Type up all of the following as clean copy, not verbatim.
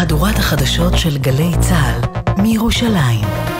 מהדורת החדשות של גלי צהל מירושלים.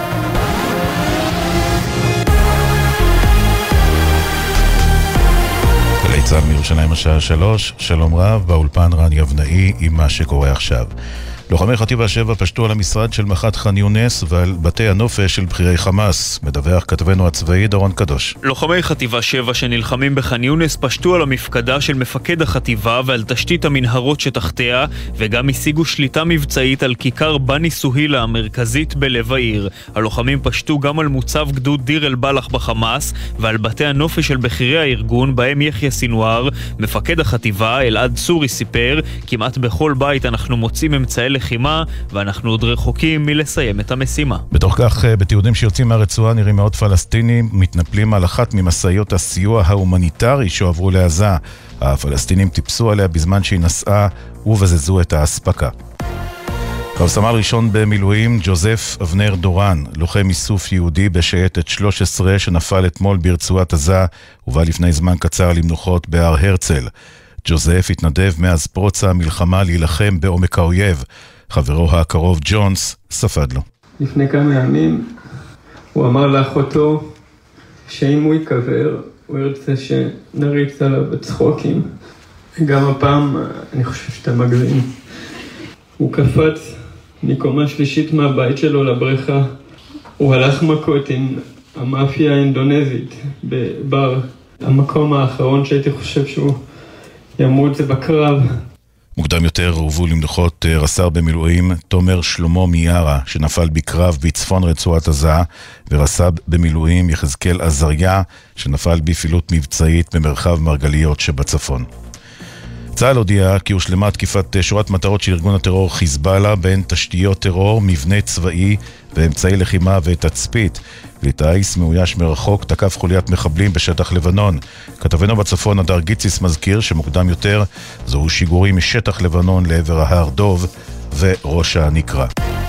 גלי צהל מירושלים השעה 3, שלום רב, באולפן רן יבנאי עם מה שקורה עכשיו. לוחמי חטיבה 7 פשטו על המשרד של מח"ט ח'אן יונס ועל בתי הנופש של בכירי חמאס. מדווח כתבנו הצבאי דורון קדוש. לוחמי חטיבה 7 שנלחמים בח'אן יונס פשטו על המפקדה של מפקד החטיבה ועל תשתית המנהרות שתחתיה, וגם השיגו שליטה מבצעית על כיכר בני סוהילה המרכזית בלב העיר. הלוחמים פשטו גם על מוצב גדוד דיר אל בלח בחמאס ועל בתי הנופש של בכירי הארגון, בהם יחיא סינואר. מפקד החטיבה אלעד סורי סיפר, כמעט בכל בית אנחנו מוצאים אמצעי לחימה ואנחנו עוד רחוקים מלסיים את המשימה. בתוך כך, בתיעודים שיוצאים מהרצועה נראים מאות פלסטינים מתנפלים על אחת ממסעיות הסיוע ההומניטרי שעברו לעזה. הפלסטינים טיפסו עליה בזמן שהיא נסעה ובזזו את האספקה. רב סמל ראשון במילואים ג'וזף אבנר דורן, לוחם איסוף יהודי בשייטת 13 שנפל אתמול ברצועת עזה ובא לפני זמן קצר למנוחות בהר הרצל. ג'וזף התנדב מאז פרוץ המלחמה להילחם בעומק האויב. חברו הקרוב ג'ונס ספד לו. לפני כמה ימים הוא אמר לאחותו שאם הוא יקבר הוא ירצה שנריץ עליו בצחוקים. גם הפעם אני חושב שאתה מגזים. הוא קפץ מקומה שלישית מהבית שלו לבריכה. הוא הלך מכות עם המאפיה האינדונזית בבר. המקום האחרון שהייתי חושב שהוא ימות זה בקרב. מוקדם יותר הובאו למנוחות רס"ר במילואים תומר שלמה מיארה שנפל בקרב בצפון רצועת עזה, ורס"ב במילואים יחזקאל עזריה שנפל בפעילות מבצעית במרחב מרגליות שבצפון. צה"ל הודיע כי הושלמה תקיפת שורת מטרות של ארגון הטרור חיזבאללה, בין תשתיות טרור, מבנה צבאי ואמצעי לחימה ותצפית. ליטאיס מאויש מרחוק תקף חוליית מחבלים בשטח לבנון. כתבנו בצפון הדר גיציס מזכיר שמוקדם יותר זוהו שיגורים משטח לבנון לעבר ההר דוב וראש הנקרה.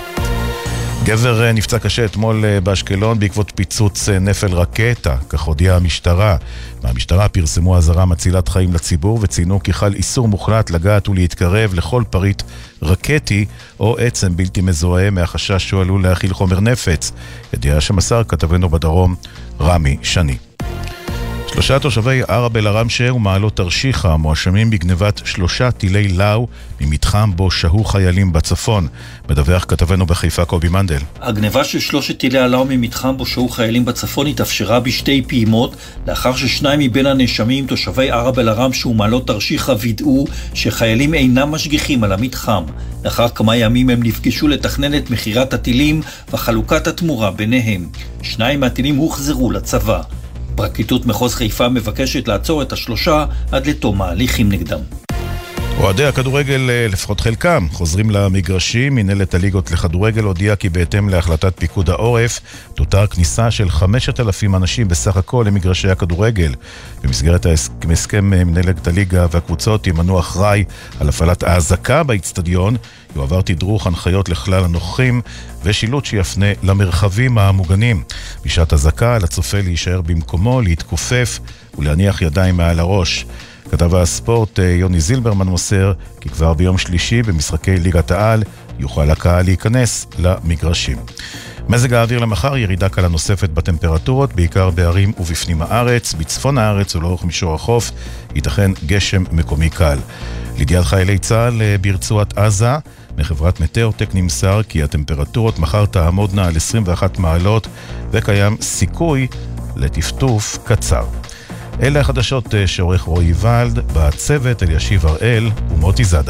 גבר נפצע קשה אתמול באשקלון בעקבות פיצוץ נפל רקטה, כך הודיעה המשטרה. מהמשטרה פרסמו אזהרה מצילת חיים לציבור וציינו כי חל איסור מוחלט לגעת ולהתקרב לכל פריט רקטי או עצם בלתי מזוהה מהחשש שהוא עלול להכיל חומר נפץ. ידיעה שמסר כתבנו בדרום רמי שני. 3 תושבי ערב אל-עראמשה ומעלות תרשיחא מואשמים בגנבת 3 טילי לאו ממתחם בו שהו חיילים בצפון. מדווח כתבנו בחיפה קובי מנדל. הגנבה של 3 טילי הלאו ממתחם בו שהו חיילים בצפון התאפשרה בשתי פעימות, לאחר ששניים מבין הנאשמים, תושבי ערב אל-עראמשה ומעלות תרשיחא, וידאו שחיילים אינם משגיחים על המתחם. לאחר כמה ימים הם נפגשו לתכנן את מחירת הטילים וחלוקת התמורה ביניהם. 2 מהטילים הוחזרו לצבא. פרקליטות מחוז חיפה מבקשת לעצור את 3 עד לתום ההליכים נגדם. אוהדי הכדורגל, לפחות חלקם, חוזרים למגרשים. מנהלת הליגות לכדורגל הודיעה כי בהתאם להחלטת פיקוד העורף תותר כניסה של 5,000 אנשים בסך הכל למגרשי הכדורגל. במסגרת ההסכם מנהלת הליגה והקבוצות ימנו אחראי על הפעלת ההזקה באצטדיון, יועבר תדרוך הנחיות לכלל הנוכחים ושילוט שיפנה למרחבים המוגנים. בשעת הזקה על הצופה להישאר במקומו, להתכופף ולהניח ידיים מעל הראש. כתב הספורט יוני זילברמן מוסר כי כבר ביום שלישי במשחקי ליגת העל יוכל הקהל להיכנס למגרשים. מזג האוויר למחר, ירידה קלה נוספת בטמפרטורות, בעיקר בערים ובפנים הארץ. בצפון הארץ ולאורך מישור החוף ייתכן גשם מקומי קל. לידיעת חיילי צה"ל ברצועת עזה, מחברת מטאוטק נמסר כי הטמפרטורות מחר תעמודנה על 21 מעלות וקיים סיכוי לטפטוף קצר. אלה החדשות שעורך רועי ולד, בצוות אלישיב הראל ומוטי זאדה.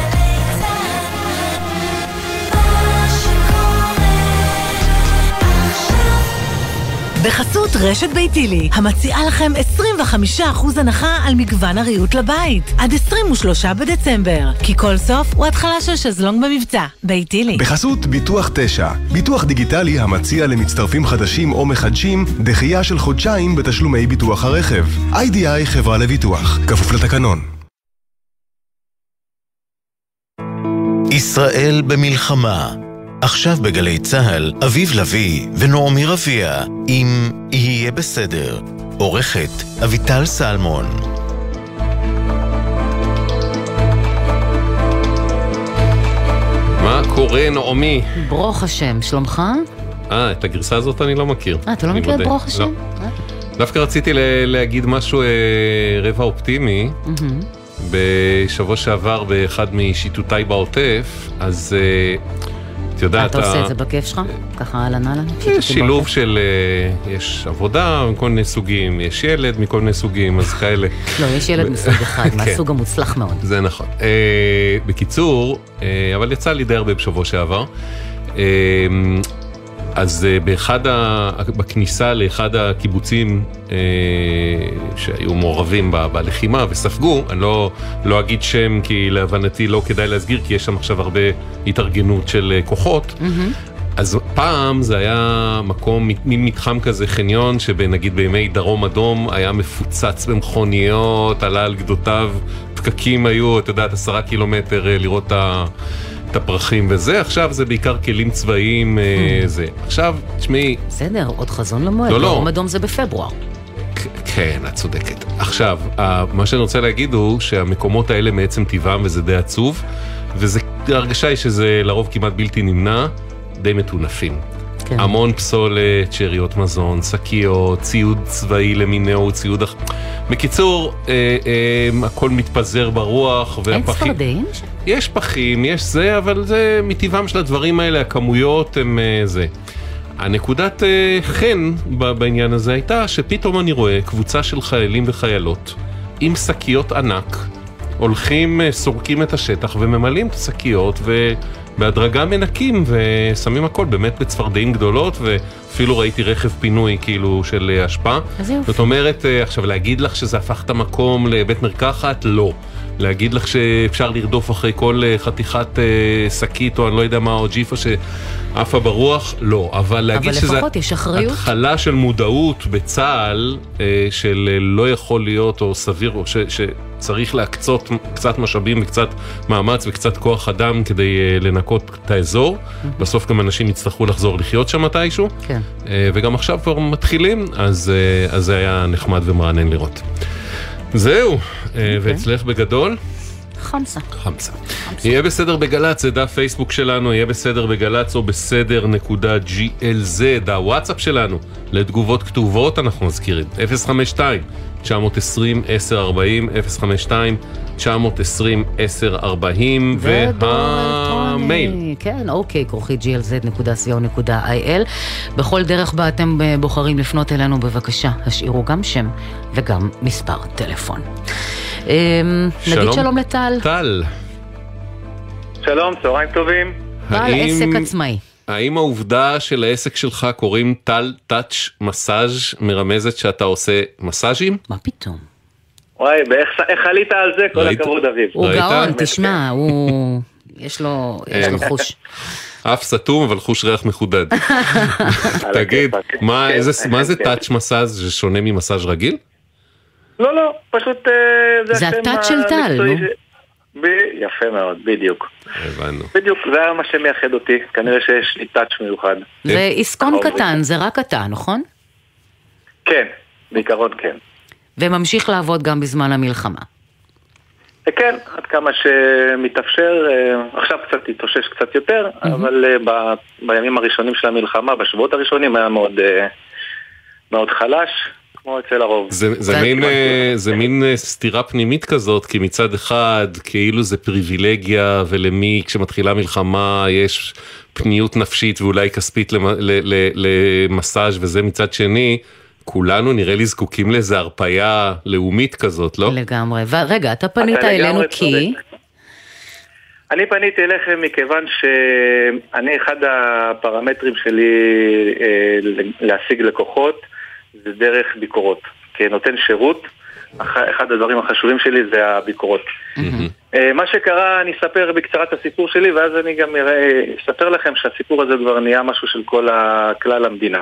בחסות רשת ביתילי, המציעה לכם 25% הנחה על מגוון הריהוט לבית. עד 23 בדצמבר, כי כל סוף הוא התחלה של שזלונג במבצע. ביתילי. בחסות ביטוח 9, ביטוח דיגיטלי המציע למצטרפים חדשים או מחדשים, דחייה של חודשיים בתשלומי ביטוח הרכב. IDI חברה לביטוח, כפוף לתקנון. ישראל במלחמה. עכשיו בגלי צהל, אביב לוי ונעמי רביע עם יהיה בסדר. עורכת אביטל סלמון. מה קורא נעמי? ברוך השם, שלומך? את הגרסה הזאת אני לא מכיר. אתה לא מכיר את ברוך השם? לא. דווקא רציתי להגיד משהו רבע אופטימי. בשבוע שעבר באחד משיטותיי בעוטף, אז את יודעת... אתה עושה את זה בכיף שלך? ככה על הנעלן? יש שילוב של... יש עבודה מכל מיני סוגים, יש ילד מכל מיני סוגים, אז כאלה. לא, יש ילד מסוג אחד, מהסוג המוצלח מאוד. זה נכון. בקיצור, אבל יצא לי די הרבה בשבוע שעבר. אז בכניסה לאחד הקיבוצים שהיו מעורבים בלחימה וספגו, אני לא אגיד שם כי להבנתי לא כדאי להסגיר, כי יש שם עכשיו הרבה התארגנות של כוחות. אז פעם זה היה מקום, מין מתחם כזה, חניון, שבנגיד בימי דרום אדום היה מפוצץ במכוניות, עלה על גדותיו, פקקים היו, אתה יודעת, 10 קילומטר לראות את הפרחים וזה. עכשיו זה בעיקר כלים צבאיים, זה. עכשיו, תשמעי... בסדר, עוד חזון למועד. דרום אדום זה בפברואר. כן, את צודקת. עכשיו, מה שאני רוצה להגיד הוא שהמקומות האלה מעצם טבעם, וזה די עצוב, וזה הרגשה היא שזה לרוב כמעט בלתי נמנע, די מטונפים. כן. המון פסולת, שאריות מזון, שקיות, ציוד צבאי למינהו, ציוד... בקיצור, הכל מתפזר ברוח, אין צפרדעים? יש פחים, יש זה, אבל זה מטבעם של הדברים האלה, הכמויות הם זה. הנקודת חן בעניין הזה הייתה שפתאום אני רואה קבוצה של חיילים וחיילות עם שקיות ענק, הולכים, סורקים את השטח וממלאים את השקיות ובהדרגה מנקים ושמים הכל באמת בצפרדעים גדולות, ואפילו ראיתי רכב פינוי כאילו של השפעה. זאת אומרת, עכשיו להגיד לך שזה הפך את המקום לבית מרקחת? לא. להגיד לך שאפשר לרדוף אחרי כל חתיכת שקית או אני לא יודע מה, או ג'יפה שעפה ברוח? לא. אבל להגיד שזה התחלה של מודעות בצה"ל של לא יכול להיות או סביר או שצריך להקצות קצת משאבים וקצת מאמץ וקצת כוח אדם כדי לנקות את האזור. בסוף גם אנשים יצטרכו לחזור לחיות שם מתישהו. כן. וגם עכשיו כבר מתחילים, אז זה היה נחמד ומרענן לראות. זהו, ואצלך בגדול? חמסה. יהיה בסדר בגלץ, זה דף פייסבוק שלנו, יהיה בסדר בגלץ או בסדר.glz, הוואטסאפ שלנו, לתגובות כתובות אנחנו מזכירים, 052-920-1040, 052-920-1040, והמייל. כן, אוקיי, glz.co.il. בכל דרך בה אתם בוחרים לפנות אלינו, בבקשה, השאירו גם שם וגם מספר טלפון. נגיד שלום לטל. טל. שלום, צהריים טובים. בעל עסק עצמאי. האם העובדה של העסק שלך קוראים טל טאץ' מסאז' מרמזת שאתה עושה מסאז'ים? מה פתאום? וואי, איך עלית על זה? כל הכבוד אביב. הוא גאון, תשמע, יש לו חוש. אף סתום, אבל חוש ריח מחודד. תגיד, מה זה טאץ' מסאז'? זה שונה ממסאז' רגיל? לא, פשוט זה הטאץ' של טל, נו. יפה מאוד, בדיוק. הבנו. בדיוק, זה מה שמייחד אותי, כנראה שיש לי טאץ' מיוחד. זה עסקון קטן, זה רק אתה, נכון? כן, בעיקרון כן. וממשיך לעבוד גם בזמן המלחמה. כן, עד כמה שמתאפשר, עכשיו קצת התאושש קצת יותר, אבל בימים הראשונים של המלחמה, בשבועות הראשונים היה מאוד חלש. כמו אצל הרוב. זה מין סתירה פנימית כזאת, כי מצד אחד כאילו זה פריבילגיה, ולמי כשמתחילה מלחמה יש פניות נפשית ואולי כספית למסאז' וזה מצד שני, כולנו נראה לי זקוקים לאיזו הרפאיה לאומית כזאת, לא? לגמרי. ורגע, אתה פנית אלינו כי... אני פניתי אליכם מכיוון שאני אחד הפרמטרים שלי להשיג לקוחות, זה דרך ביקורות. כנותן שירות, אחד הדברים החשובים שלי זה הביקורות. מה שקרה, אני אספר בקצרה את הסיפור שלי, ואז אני גם אספר לכם שהסיפור הזה כבר נהיה משהו של כל כלל המדינה.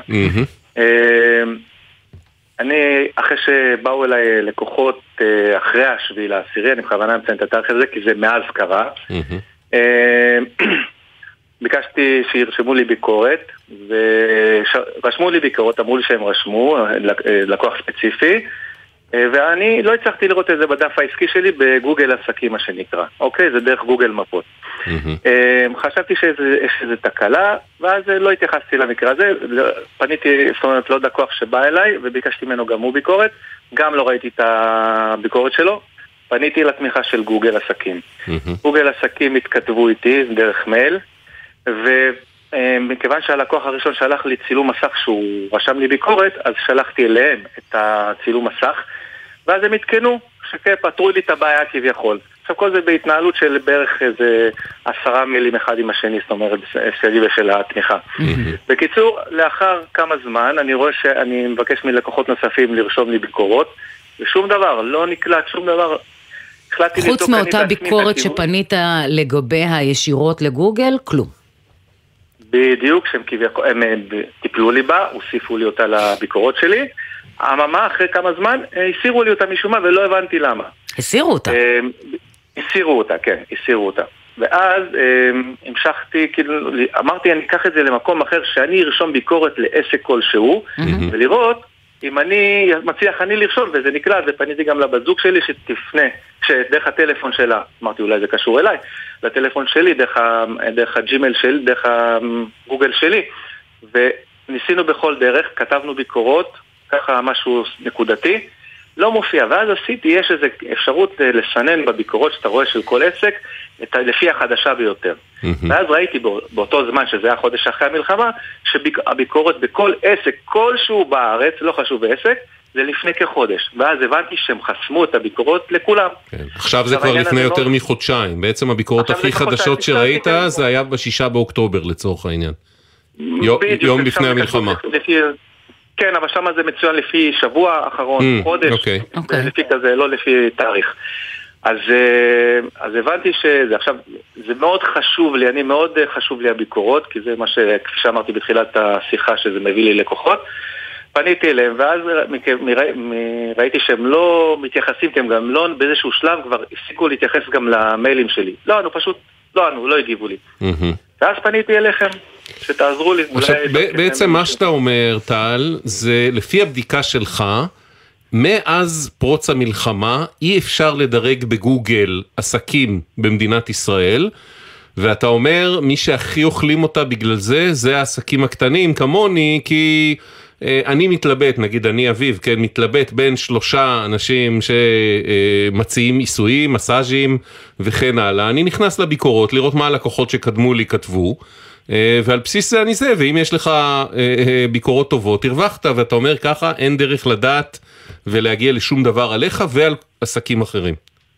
אני, אחרי שבאו אליי לקוחות אחרי 7/10, אני בכוונה מציין את התאריך הזה, כי זה מאז קרה, ביקשתי שירשמו לי ביקורת, ורשמו לי ביקורת, אמרו לי שהם רשמו, לקוח ספציפי, ואני לא הצלחתי לראות את זה בדף העסקי שלי בגוגל עסקים, מה שנקרא. אוקיי? זה דרך גוגל מפות. חשבתי שיש איזו תקלה, ואז לא התייחסתי למקרה הזה. פניתי, זאת אומרת, לא דקוח שבא אליי, וביקשתי ממנו גם הוא ביקורת. גם לא ראיתי את הביקורת שלו. פניתי לתמיכה של גוגל עסקים. גוגל עסקים התכתבו איתי דרך מייל, ומכיוון שהלקוח הראשון שלח לי צילום מסך שהוא רשם לי ביקורת, אז שלחתי אליהם את הצילום מסך, ואז הם התקנו שפתרו לי את הבעיה כביכול. עכשיו כל זה בהתנהלות של בערך איזה 10 מילים אחד עם השני, זאת אומרת, שלי ושל התמיכה. בקיצור, לאחר כמה זמן, אני רואה שאני מבקש מלקוחות נוספים לרשום לי ביקורות, ושום דבר, לא נקלט, שום דבר. חוץ מאותה ביקורת שפנית לגביה ישירות לגוגל, כלום. בדיוק, שהם טיפלו לי בה, הוסיפו לי אותה לביקורות שלי. אממה, אחרי כמה זמן, הסירו לי אותה משום מה, ולא הבנתי למה. הסירו אותה? הסירו אותה, כן, הסירו אותה. ואז המשכתי, כאילו, אמרתי, אני אקח את זה למקום אחר, שאני ארשום ביקורת לעסק כלשהו, ולראות אם אני מצליח אני לרשום, וזה נקלט, ופניתי גם לבת זוג שלי שתפנה, שדרך הטלפון שלה, אמרתי אולי זה קשור אליי, לטלפון שלי, דרך הג'ימייל שלי, דרך הגוגל שלי, וניסינו בכל דרך, כתבנו ביקורות, ככה משהו נקודתי, לא מופיע, ואז עשיתי, יש איזו אפשרות לסנן בביקורות שאתה רואה של כל עסק, לפי החדשה ביותר. ואז ראיתי באותו זמן, שזה היה חודש אחרי המלחמה, שהביקורת בכל עסק, כלשהו בארץ, לא חשוב בעסק, זה לפני כחודש. ואז הבנתי שהם חסמו את הביקורות לכולם. עכשיו זה כבר לפני יותר מחודשיים. בעצם הביקורות הכי חדשות שראית, זה היה ב6 באוקטובר לצורך העניין. יום לפני המלחמה. כן, אבל שם זה מצוין לפי שבוע אחרון, חודש, לפי כזה, לא לפי תאריך. אז הבנתי שזה, עכשיו, זה מאוד חשוב לי, מאוד חשוב לי הביקורות, כי זה מה כפי שאמרתי בתחילת השיחה, שזה מביא לי לקוחות. פניתי אליהם, ואז ראיתי שהם לא מתייחסים, כי הם גם לא, באיזשהו שלב כבר הפסיקו להתייחס גם למיילים שלי. לא, פשוט לא הגיבו לי. ואז פניתי אליכם, שתעזרו לי. בעצם מה שאתה אומר, טל, זה לפי הבדיקה שלך, מאז פרוץ המלחמה, אי אפשר לדרג בגוגל עסקים במדינת ישראל, ואתה אומר, מי שהכי אוכלים אותה בגלל זה, זה העסקים הקטנים כמוני, כי אני מתלבט, נגיד אני אביב, כן, מתלבט בין 3 אנשים שמציעים עיסויים, מסאז'ים וכן הלאה. אני נכנס לביקורות, לראות מה הלקוחות שקדמו לי כתבו, ועל בסיס זה אני זה, ואם יש לך ביקורות טובות, הרווחת, ואתה אומר ככה, אין דרך לדעת ולהגיע לשום דבר עליך ועל עסקים אחרים.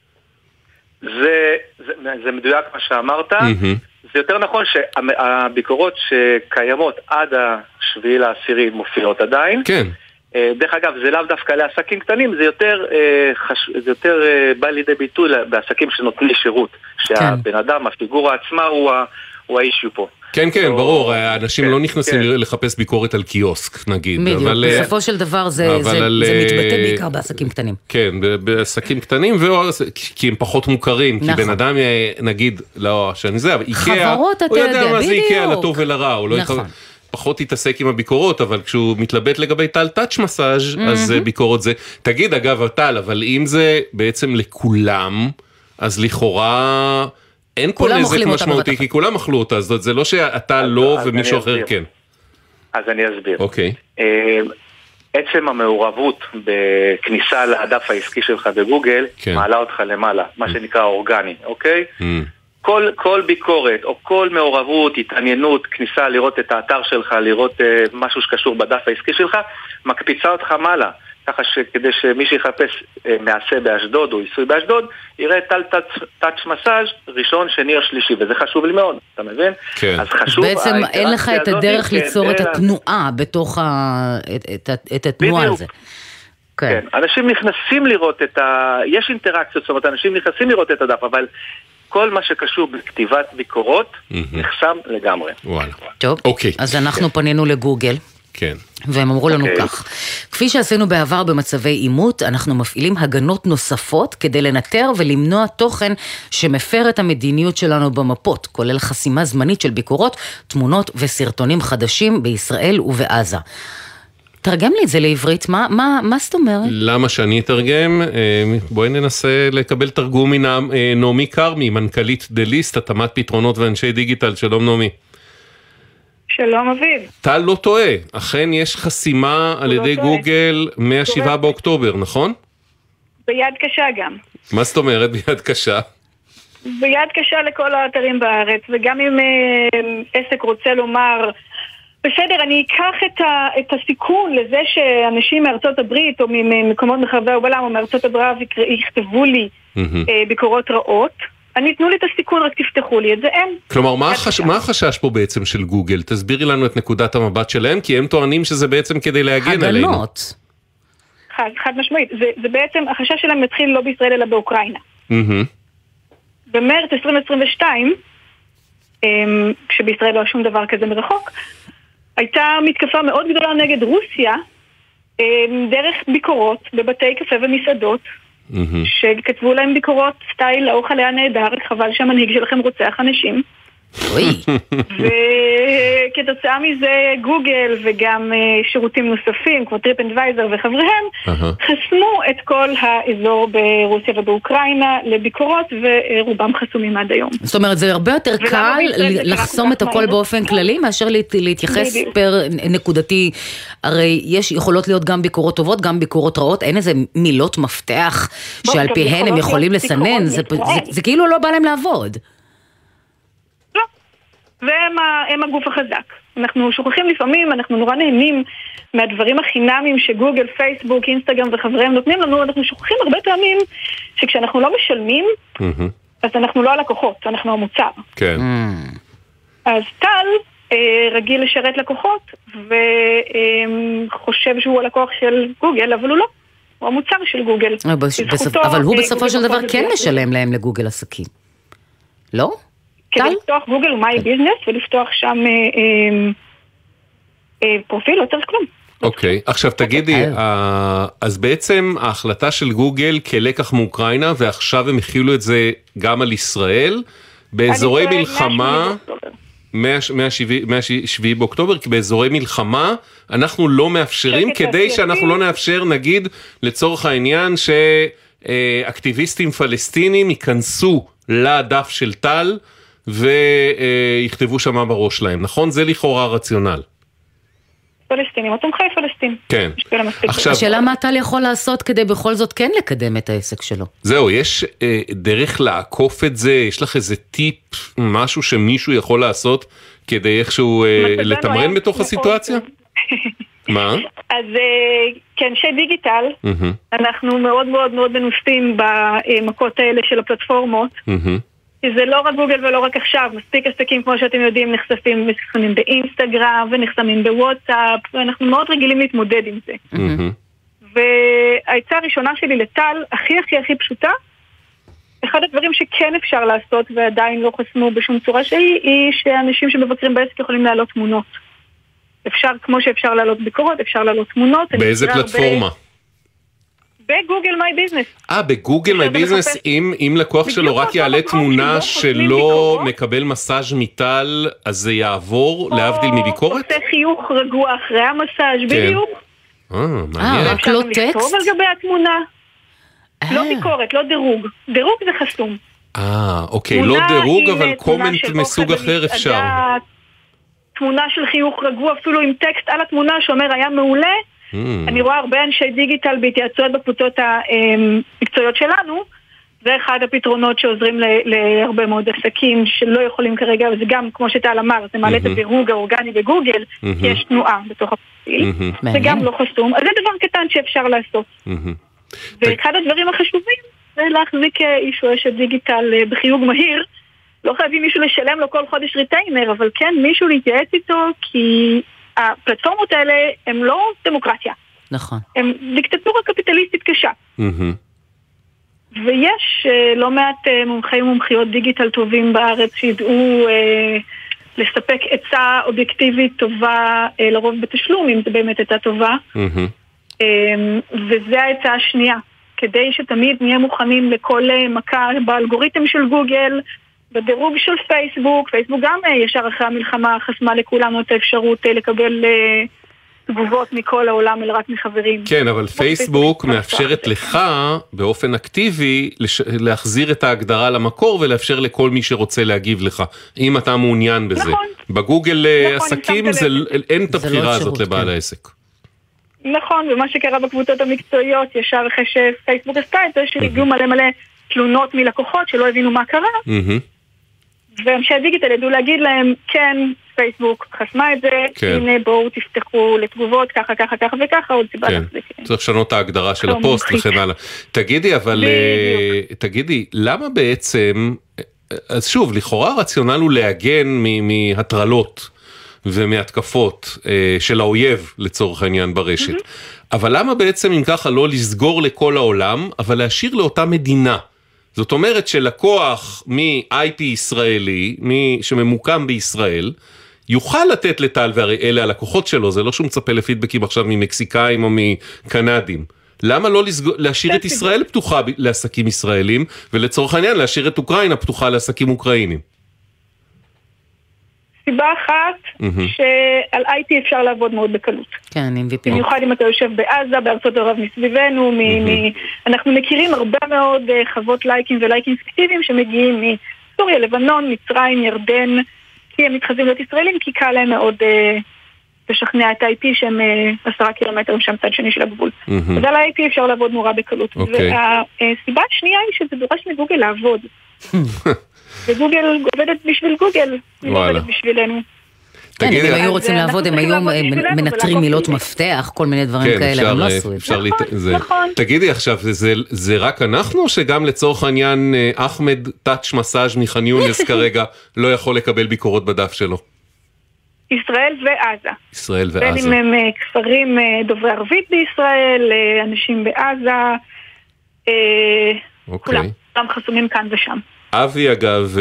זה מדויק מה שאמרת, זה יותר נכון שהביקורות שקיימות עד 7/10 מופיעות עדיין. כן. דרך אגב, זה לאו דווקא לעסקים קטנים, זה יותר בא לידי ביטוי בעסקים שנותנים שירות, שהבן אדם, הפיגורה עצמה הוא האישיו פה. כן, כן, ברור, האנשים לא נכנסים לחפש ביקורת על קיוסק, נגיד. בדיוק, בסופו של דבר זה מתבטא בעיקר בעסקים קטנים. כן, בעסקים קטנים, כי הם פחות מוכרים, כי בן אדם, נגיד, לא, שאני זה, אבל איקאה, הוא יודע מה זה איקאה לטוב ולרע, הוא לא פחות יתעסק עם הביקורות, אבל כשהוא מתלבט לגבי טל טאץ' מסאז' אז ביקורות זה. תגיד, אגב, טל, אבל אם זה בעצם לכולם, אז לכאורה אין פה נזק משמעותי, כי כולם אכלו אותה, אז זה לא שאתה לא ומישהו אחר כן. אז אני אסביר. אוקיי. עצם המעורבות בכניסה לדף העסקי שלך בגוגל, מעלה אותך למעלה, מה שנקרא אורגני, אוקיי? כל ביקורת או כל מעורבות, התעניינות, כניסה לראות את האתר שלך, לראות משהו שקשור בדף העסקי שלך, מקפיצה אותך מעלה. ככה שכדי שמי שיחפש מעשה באשדוד או עיסוי באשדוד, יראה טאץ' מסאז' ראשון, שני או שלישי, וזה חשוב לי מאוד, אתה מבין? כן. אז חשוב... בעצם אין לך את הדרך ליצור את התנועה בתוך את התנועה הזה. כן, אנשים נכנסים לראות יש אינטראקציות, זאת אומרת, אנשים נכנסים לראות את הדף, אבל כל מה שקשור בכתיבת ביקורות נחסם לגמרי. וואלה. טוב, אז אנחנו פנינו לגוגל. כן. והם אמרו לנו כך, כפי שעשינו בעבר במצבי אימות, אנחנו מפעילים הגנות נוספות כדי לנטר ולמנוע תוכן שמפר את המדיניות שלנו במפות, כולל חסימה זמנית של ביקורות, תמונות וסרטונים חדשים בישראל ובעזה. תרגם לי את זה לעברית, מה זאת אומרת? למה שאני אתרגם? בואי ננסה לקבל תרגום מנעמי קרמי, מנכ"לית דליסט, התאמת פתרונות ואנשי דיגיטל. שלום נעמי. שלום אביב. טל לא טועה, אכן יש חסימה על ידי גוגל מה-7 באוקטובר, נכון? ביד קשה גם. מה זאת אומרת ביד קשה? ביד קשה לכל האתרים בארץ, וגם אם עסק רוצה לומר, בסדר, אני אקח את הסיכון לזה שאנשים מארצות הברית, או ממקומות מחרבי העולם, או מארצות הברית, יכתבו לי ביקורות רעות, אני אתנו לי את הסיכון, רק תפתחו לי את זה, אין. כלומר, מה החשש פה בעצם של גוגל? תסבירי לנו את נקודת המבט שלהם, כי הם טוענים שזה בעצם כדי להגן עלינו. הגנות. חד משמעית. זה בעצם, החשש שלהם מתחיל לא בישראל אלא באוקראינה. במרץ 2022, כשבישראל לא שום דבר כזה מרחוק, הייתה מתקפה מאוד גדולה נגד רוסיה, דרך ביקורות בבתי קפה ומסעדות, שכתבו להם ביקורות סטייל האוכל היה נהדר, חבל שהמנהיג שלכם רוצח אנשים. וכתוצאה מזה גוגל וגם שירותים נוספים כמו טריפ-אדוויזר וחבריהם חסמו את כל האזור ברוסיה ובאוקראינה לביקורות, ורובם חסומים עד היום. זאת אומרת, זה הרבה יותר קל לחסום את הכל באופן כללי מאשר להתייחס פר נקודתי. הרי יכולות להיות גם ביקורות טובות, גם ביקורות רעות. אין איזה מילות מפתח שעל פיהן הם יכולים לסנן. זה כאילו לא בא להם לעבוד. והם הגוף החזק. אנחנו שוכחים לפעמים, אנחנו נורא נהנים מהדברים החינמים שגוגל, פייסבוק, אינסטגרם וחבריהם נותנים לנו, אנחנו שוכחים הרבה פעמים שכשאנחנו לא משלמים, אז אנחנו לא הלקוחות, אנחנו המוצר. כן. אז טל רגיל לשרת לקוחות, וחושב שהוא הלקוח של גוגל, אבל הוא לא. הוא המוצר של גוגל. אבל הוא בסופו של דבר כן משלם להם לגוגל עסקים. לא? כדי לפתוח גוגל ומיי ביזנס ולפתוח שם פרופיל, לא צריך כלום. אוקיי, עכשיו תגידי, אז בעצם ההחלטה של גוגל כלקח מאוקראינה, ועכשיו הם הכילו את זה גם על ישראל, באזורי מלחמה, מה-7 באוקטובר, כי באזורי מלחמה אנחנו לא מאפשרים, כדי שאנחנו לא נאפשר, נגיד, לצורך העניין, שאקטיביסטים פלסטינים ייכנסו לדף של טל, ויכתבו שמה בראש להם, נכון? זה לכאורה רציונל. פלסטינים, או תומכי פלסטין. כן. השאלה מה טל יכול לעשות כדי בכל זאת כן לקדם את העסק שלו? זהו, יש דרך לעקוף את זה? יש לך איזה טיפ, משהו שמישהו יכול לעשות כדי איכשהו לתמרן בתוך הסיטואציה? מה? אז כאנשי דיגיטל, אנחנו מאוד מאוד מאוד מנוסים במכות האלה של הפלטפורמות, כי זה לא רק גוגל ולא רק עכשיו, מספיק עסקים כמו שאתם יודעים נחשפים באינסטגרם ונחסמים בוואטסאפ, ואנחנו מאוד רגילים להתמודד עם זה. והעצה הראשונה שלי לטל, הכי הכי הכי פשוטה, אחד הדברים שכן אפשר לעשות ועדיין לא חסמו בשום צורה שהיא, היא שאנשים שמבקרים בעסק יכולים להעלות תמונות. אפשר, כמו שאפשר להעלות ביקורות, אפשר להעלות תמונות. באיזה פלטפורמה? בגוגל מיי ביזנס. בגוגל מיי ביזנס, אם לקוח שלו רק יעלה תמונה שלא מקבל מסאז' מטל, אז זה יעבור להבדיל מביקורת? עושה חיוך רגוע אחרי המסאז' בדיוק. מעניין. רק לא טקסט? לכתוב על גבי התמונה. לא ביקורת, לא דירוג. דירוג זה חסום. אוקיי, לא דירוג, אבל קומנט מסוג אחר אפשר. תמונה של חיוך רגוע, אפילו עם טקסט על התמונה שאומר היה מעולה. אני רואה הרבה אנשי דיגיטל בהתייעצויות בקבוצות המקצועיות שלנו, זה אחד הפתרונות שעוזרים להרבה מאוד עסקים שלא יכולים כרגע, וזה גם, כמו שטל אמר, זה מעלה את הדירוג האורגני בגוגל, כי יש תנועה בתוך הפרופיל, זה גם לא חסום, אז זה דבר קטן שאפשר לעשות. ואחד הדברים החשובים זה להחזיק איש או אשת דיגיטל בחיוג מהיר, לא חייבים מישהו לשלם לו כל חודש ריטיינר, אבל כן מישהו להתייעץ איתו, כי הפלטפורמות האלה הן לא דמוקרטיה. נכון. הן דיקטטורה קפיטליסטית קשה. ויש לא מעט מומחים ומומחיות דיגיטל טובים בארץ שידעו לספק עצה אובייקטיבית טובה, לרוב בתשלום, אם זה באמת עצה טובה. וזה העצה השנייה. כדי שתמיד נהיה מוכנים לכל מכה באלגוריתם של גוגל, בדירוג של פייסבוק. פייסבוק גם ישר אחרי המלחמה חסמה לכולנו את האפשרות לקבל תגובות מכל העולם, אלא רק מחברים. כן, אבל פייסבוק מאפשרת לך באופן אקטיבי להחזיר את ההגדרה למקור ולאפשר לכל מי שרוצה להגיב לך, אם אתה מעוניין בזה. נכון. בגוגל עסקים אין את הבחירה הזאת לבעל העסק. נכון, ומה שקרה בקבוצות המקצועיות, ישר אחרי שפייסבוק עשתה את זה, שהגיעו מלא תלונות מלקוחות שלא הבינו מה קרה, ואנשי הדיגיטל ידעו להגיד להם, כן, פייסבוק חסמה את זה, הנה בואו תפתחו לתגובות, ככה וככה, עוד סיבה להחזיק. צריך לשנות את ההגדרה של הפוסט וכן הלאה. תגידי, למה בעצם, אז שוב, לכאורה הרציונל הוא להגן מהטרלות ומהתקפות של האויב לצורך העניין ברשת. אבל למה בעצם אם ככה לא לסגור לכל העולם, אבל להשאיר לאותה מדינה? זאת אומרת שלקוח מ-IP ישראלי, שממוקם בישראל, יוכל לתת לטל ואלה הלקוחות שלו, זה לא שהוא מצפה לפידבקים עכשיו ממקסיקאים או מקנדים. למה לא להשאיר את ישראל פתוחה לעסקים ישראלים, ולצורך העניין להשאיר את אוקראינה פתוחה לעסקים אוקראינים? סיבה אחת, שעל IP אפשר לעבוד מאוד בקלות. כן, עם VPN. במיוחד אם אתה יושב בעזה, בארצות ערב מסביבנו, אנחנו מכירים הרבה מאוד חוות לייקים ולייקים פיקטיביים שמגיעים מסוריה, לבנון, מצרים, ירדן, כי הם מתחזים להיות ישראלים, כי קל להם מאוד לשכנע את ה-IP שהם 10 קילומטרים שם צד שני של הגבול. אז על ה-IP אפשר לעבוד נורא בקלות. והסיבה השנייה היא שזה דורש מגוגל לעבוד. וגוגל עובדת בשביל גוגל, היא עובדת בשבילנו. כן, אם הם היו רוצים לעבוד, הם היו מנטרים מילות מפתח, כל מיני דברים כאלה, הם לא עשו את זה. תגידי עכשיו, זה רק אנחנו, או שגם לצורך העניין אחמד טאץ' מסאז' מח'אן יונס כרגע לא יכול לקבל ביקורות בדף שלו? ישראל ועזה. ישראל ועזה. בין אם הם כפרים דוברי ערבית בישראל, אנשים בעזה, כולם חסומים כאן ושם. אבי אגב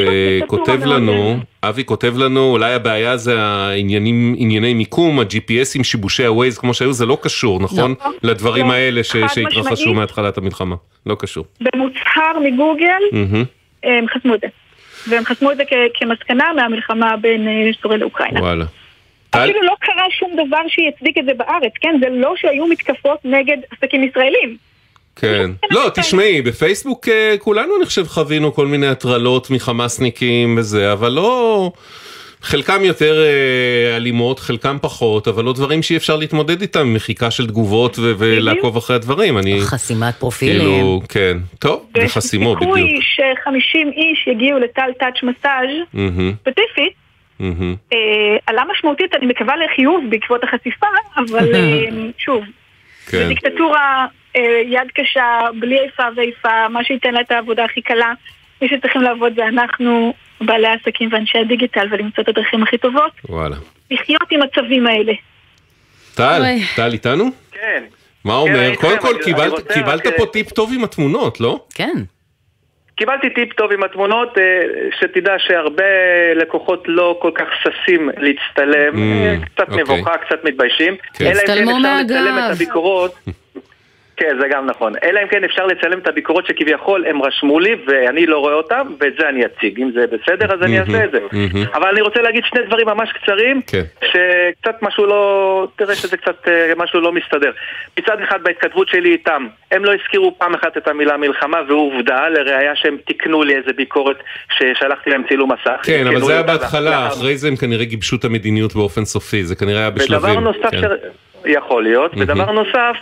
כותב לנו, אולי הבעיה זה ענייני מיקום, ה-GPS עם שיבושי הווייז כמו שהיו, זה לא קשור, נכון? לדברים האלה שהתרחשו מהתחלת המלחמה, לא קשור. במוצהר מגוגל, הם חסמו את זה. והם חסמו את זה כמסקנה מהמלחמה בין סוריה לאוקראינה. וואלה. אפילו לא קרה שום דבר שיצדיק את זה בארץ, כן? זה לא שהיו מתקפות נגד עסקים ישראלים. כן. לא, תשמעי, בפייסבוק כולנו אני חושב חווינו כל מיני הטרלות מחמאסניקים וזה, אבל לא... חלקם יותר אלימות, חלקם פחות, אבל לא דברים שאי אפשר להתמודד איתם, מחיקה של תגובות ולעקוב אחרי הדברים. חסימת פרופילים. כן. טוב, וחסימו בדיוק. וסיכוי ש50 איש יגיעו לטל טאץ' מסאז' ספציפית, עלה משמעותית, אני מקווה לחיוב בעקבות החשיפה, אבל שוב, בדיקטטורה יד קשה, בלי איפה ואיפה, מה שייתן לה את העבודה הכי קלה, מי שצריכים לעבוד זה אנחנו, בעלי העסקים ואנשי הדיגיטל, ולמצוא את הדרכים הכי טובות. וואלה. לחיות עם הצווים האלה. טל איתנו? כן. מה אומר? קודם כל, קיבלת פה טיפ טוב עם התמונות, לא? כן. קיבלתי טיפ טוב עם התמונות, שתדע שהרבה לקוחות לא כל כך ששים להצטלם, קצת מבוכה, קצת מתביישים. הצטלמו מהגב. כן, זה גם נכון. אלא אם כן אפשר לצלם את הביקורות שכביכול הם רשמו לי ואני לא רואה אותם, ואת זה אני אציג. אם זה בסדר, אז אני אעשה את זה. אבל אני רוצה להגיד שני דברים ממש קצרים, שקצת משהו לא... תראה שזה קצת משהו לא מסתדר. מצד אחד בהתכתבות שלי איתם, הם לא הזכירו פעם אחת את המילה מלחמה, ועובדה, לראיה שהם תקנו לי איזה ביקורת ששלחתי להם צילום מסך. כן, אבל זה היה בהתחלה, אחרי זה הם כנראה גיבשו את המדיניות באופן סופי, זה כנראה היה בשלבים. ודבר נוסף יכול להיות, ודבר נוסף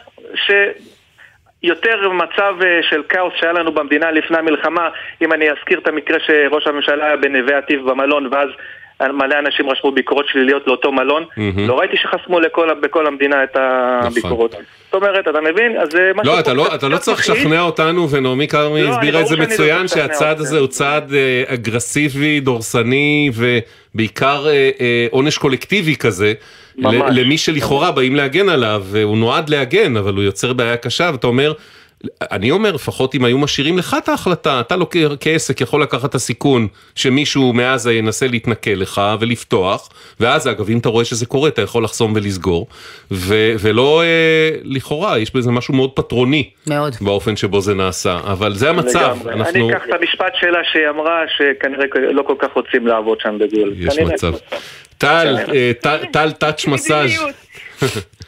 יותר מצב של כאוס שהיה לנו במדינה לפני המלחמה, אם אני אזכיר את המקרה שראש הממשלה היה בנווה עתיב במלון, ואז מלא אנשים רשמו ביקורות שליליות לאותו מלון, לא ראיתי שחסמו בכל המדינה את הביקורות. זאת אומרת, אתה מבין? אז זה משהו... לא, אתה לא צריך לשכנע אותנו, ונעמי כרמי הסבירה את זה מצוין, שהצעד הזה הוא צעד אגרסיבי, דורסני, ובעיקר עונש קולקטיבי כזה, למי שלכאורה באים להגן עליו, והוא נועד להגן, אבל הוא יוצר בעיה קשה, ואתה אומר, אני אומר, לפחות אם היו משאירים לך את ההחלטה, אתה לא כעסק יכול לקחת את הסיכון שמישהו מעזה ינסה להתנקל לך ולפתוח, ואז אגב, אם אתה רואה שזה קורה, אתה יכול לחסום ולסגור, ולא לכאורה, יש בזה משהו מאוד פטרוני, מאוד. באופן שבו זה נעשה, אבל זה המצב. אני אקח את המשפט שלה שאמרה שכנראה לא כל כך רוצים לעבוד שם בגול. יש מצב. טל טאץ' מסאז'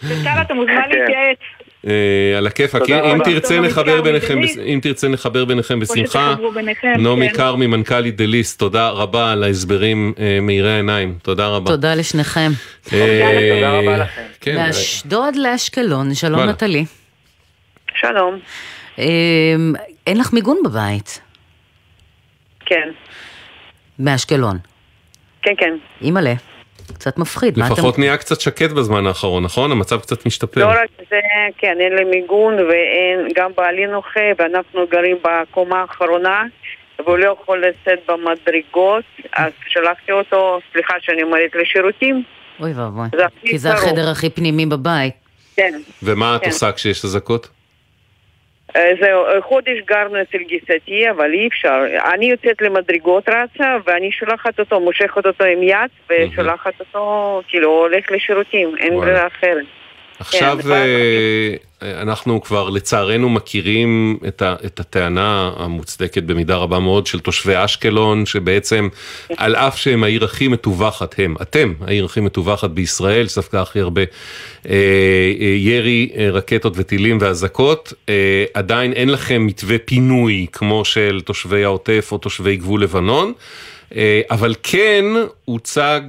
טל, אתה מוזמן להתייעץ. על הכיפק, אם תרצה נחבר ביניכם בשמחה. נעמי כרמי, מנכ"לית דליסט, תודה רבה על ההסברים מאירי העיניים, תודה רבה. תודה לשניכם. תודה רבה לכם. מאשדוד לאשקלון, שלום נטלי. שלום. אין לך מיגון בבית? כן. מאשקלון? כן, כן. אימאלה. קצת מפחיד. לפחות נהיה קצת שקט בזמן האחרון, נכון? המצב קצת משתפר. לא רק זה, כן, אין לי מיגון וגם בעלי נוחה, ואנחנו גרים בקומה האחרונה, והוא לא יכול לצאת במדרגות, אז שלחתי אותו, סליחה שאני אומרת, לשירותים. אוי ואבוי, כי זה החדר הכי פנימי בבית. כן. ומה את עושה כשיש אזעקות? זהו, חודש גרנו אצל גיסתי, אבל אי אפשר. אני יוצאת למדרגות רצה, ואני שולחת אותו, מושכת אותו עם יד, ושולחת אותו, כאילו, הולך לשירותים, אין ברירה אחרת. עכשיו אנחנו כבר לצערנו מכירים את הטענה המוצדקת במידה רבה מאוד של תושבי אשקלון, שבעצם על אף שהם העיר הכי מטווחת, אתם העיר הכי מטווחת בישראל, ספגה הכי הרבה ירי, רקטות וטילים והזקות, עדיין אין לכם מתווה פינוי כמו של תושבי העוטף או תושבי גבול לבנון, אבל כן הוצע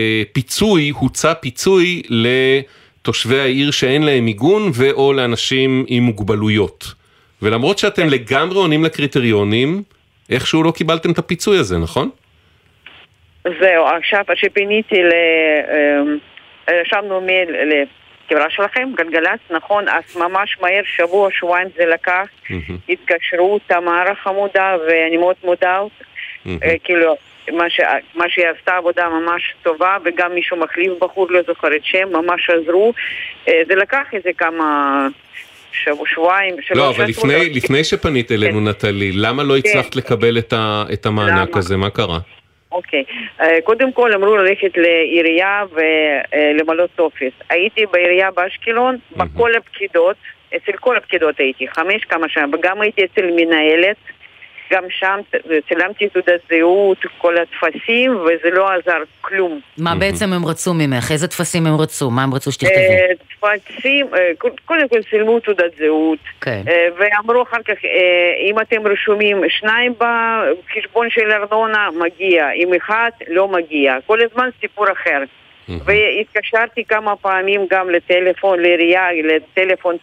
פיצוי תושבי העיר שאין להם מיגון ואו לאנשים עם מוגבלויות. ולמרות שאתם לגמרי עונים לקריטריונים, איכשהו לא קיבלתם את הפיצוי הזה, נכון? זהו, עכשיו שפיניתי רשמנו מייל לחברה שלכם, גלגלצ, נכון, אז ממש מהר, שבוע, שבועיים זה לקח, התקשרו, תמר החמודה, ואני מאוד מודעת, כאילו, מה שהיא עשתה עבודה ממש טובה, וגם מישהו מחליף בחור, לא זוכרת שם, ממש עזרו. זה לקח איזה כמה שבועיים. לא, אבל לפני שפנית אלינו, נטלי, למה לא הצלחת לקבל את המענק הזה? מה קרה? אוקיי. קודם כל אמרו ללכת לעירייה ולמלא טופס. הייתי בעירייה באשקלון, בכל הפקידות, אצל כל הפקידות הייתי, 5 כמה שנים, וגם הייתי אצל מנהלת, גם שם צילמתי תעודת זהות, כל התפסים, וזה לא עזר כלום. מה בעצם הם רצו ממך? איזה תפסים הם רצו? מה הם רצו שתכתבי? תפסים, קודם כל צילמו תעודת זהות, ואמרו אחר כך, אם אתם רשומים 2 בחשבון של ארנונה, מגיע, אם 1 לא מגיע. כל הזמן סיפור אחר. והתקשרתי כמה פעמים גם לטלפון, לעירייה, לטלפון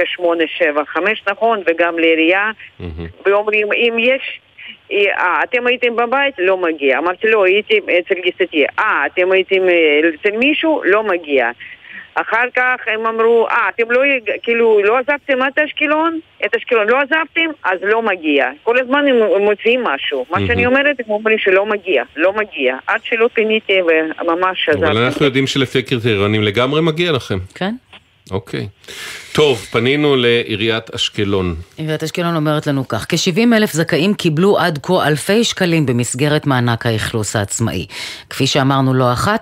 9875, נכון, וגם לעירייה, ואומרים, אם יש, אתם הייתם בבית, לא מגיע. אמרתי, לא, הייתי אצל גיסתי. אתם הייתם אצל מישהו, לא מגיע. אחר כך הם אמרו, אתם לא עזבתם את אשקלון, לא עזבתם, אז לא מגיע. כל הזמן הם מוציאים משהו. מה שאני אומרת, הם אומרים שלא מגיע. עד שלא פיניתי וממש עזבתי. אבל אנחנו יודעים שלפי קריטריונים לגמרי מגיע לכם. כן. אוקיי. טוב, פנינו לעיריית אשקלון. עיריית אשקלון אומרת לנו כך, כ-70,000 זכאים קיבלו עד כה אלפי שקלים במסגרת מענק האכלוס העצמאי. כפי שאמרנו לא אחת,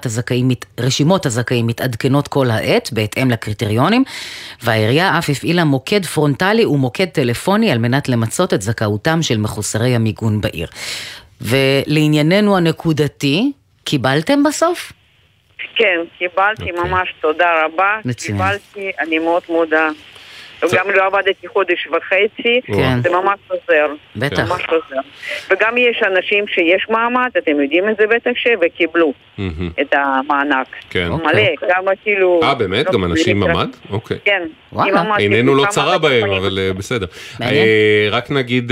רשימות הזכאים מתעדכנות כל העת בהתאם לקריטריונים, והעירייה אף הפעילה מוקד פרונטלי ומוקד טלפוני על מנת למצות את זכאותם של מחוסרי המיגון בעיר. ולענייננו הנקודתי, קיבלתם בסוף? כן, קיבלתי, ממש תודה רבה. קיבלתי, אני מאוד מודה. גם לא עבדתי חודש וחצי, זה ממש עוזר. בטח. ממש עוזר. וגם יש אנשים שיש מעמד, אתם יודעים את זה בטח וקיבלו את המענק. כן. מלא, גם כאילו... באמת? גם אנשים ממד? אוקיי. כן. איננו לא צרה בהם, אבל בסדר. רק נגיד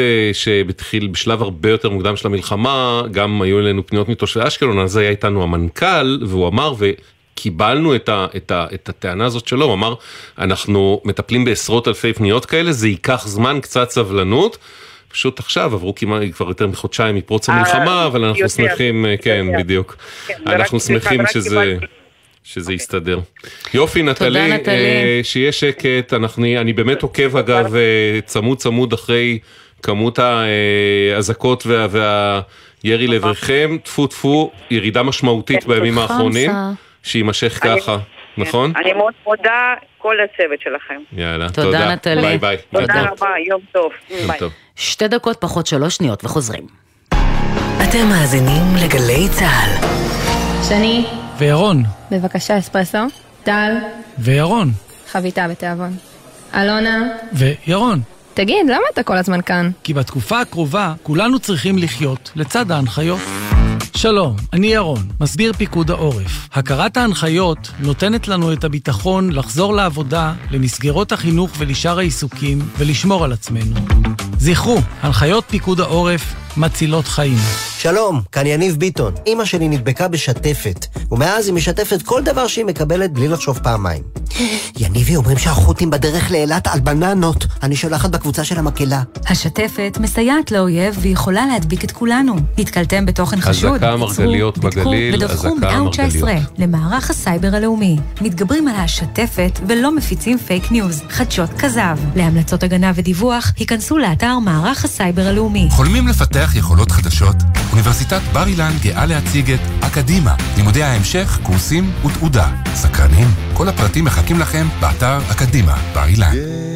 שבשלב הרבה יותר מוקדם של המלחמה, גם היו אלינו פניות מתושבי אשקלון, אז היה איתנו המנכ"ל, והוא אמר, קיבלנו את הטענה הזאת שלו, הוא אמר, אנחנו מטפלים בעשרות אלפי פניות כאלה, זה ייקח זמן, קצת סבלנות, פשוט עכשיו עברו כבר יותר מחודשיים מפרוץ המלחמה, אבל אנחנו שמחים, כן, בדיוק, אנחנו שמחים שזה יסתדר. יופי, נטלי, שיהיה שקט, אני באמת עוקב אגב צמוד אחרי כמות האזעקות והירי לעברכם, טפו, ירידה משמעותית בימים האחרונים. שימשך ככה, נכון? אני מאוד מודה כל הצוות שלכם. יאללה, תודה נטלי. ביי. תודה רבה, יום טוב. 2 דקות פחות 3 שניות וחוזרים. אתם מאזינים לגלי צהל. שני וירון. בבקשה אספרסו. טל. וירון. חביתה בתיאבון. אלונה. וירון. תגיד, למה אתה כל הזמן כאן? כי בתקופה הקרובה כולנו צריכים לחיות לצד ההנחיות. שלום, אני ירון, מסביר פיקוד העורף. הכרת ההנחיות נותנת לנו את הביטחון לחזור לעבודה, למסגרות החינוך ולשאר העיסוקים ולשמור על עצמנו. זכרו, הנחיות פיקוד העורף מצילות חיים. שלום, כאן יניב ביטון. אמא שלי נדבקה בשתפת, ומאז היא משתפת כל דבר שהיא מקבלת בלי לחשוב פעמיים. יניבי אומרים שהחות'ים בדרך לאילת על בננות. אני שולחת בקבוצה של המקהלה. השתפת מסייעת לאויב ויכולה להדביק את כולנו. נתקלתם בתוכן חשוד? הזקה מרגליות בגליל, ודווחו 119 למערך הסייבר הלאומי. מתגברים על השתפת ולא מפיצים פייק ניוז, חדשות כזב. להמלצות הגנה ודיווח, היכנסו לאתר מערך הסייבר הלאומי. חולמים לפתח יכולות חדשות? אוניברסיטת בר אילן גאה להציג את אקדימה, לימודי ההמשך, קורסים ותעודה. סקרנים? כל הפרטים מחכים לכם באתר אקדימה, בר אילן.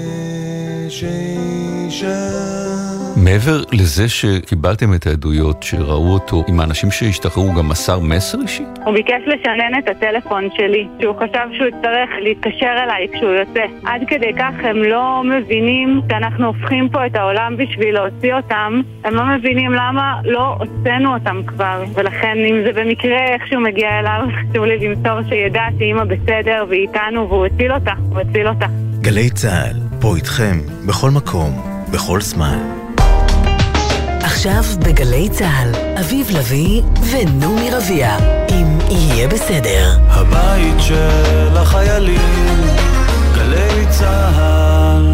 מעבר לזה שקיבלתם את העדויות שראו אותו עם האנשים שהשתחררו, גם מסר מסר אישי? הוא ביקש לשנן את הטלפון שלי, שהוא חשב שהוא יצטרך להתקשר אליי כשהוא יוצא. עד כדי כך הם לא מבינים שאנחנו הופכים פה את העולם בשביל להוציא אותם. הם לא מבינים למה לא הוצאנו אותם כבר. ולכן אם זה במקרה איכשהו מגיע אליו, חשוב לי למסור שידע שאמא בסדר והיא איתנו והוא הציל אותה, הוא הציל אותה. גלי צהל, פה איתכם, בכל מקום, בכל זמן. עכשיו בגלי צהל, אביב לוי ונעמי רביע, אם יהיה בסדר. הבית של החיילים, גלי צהל.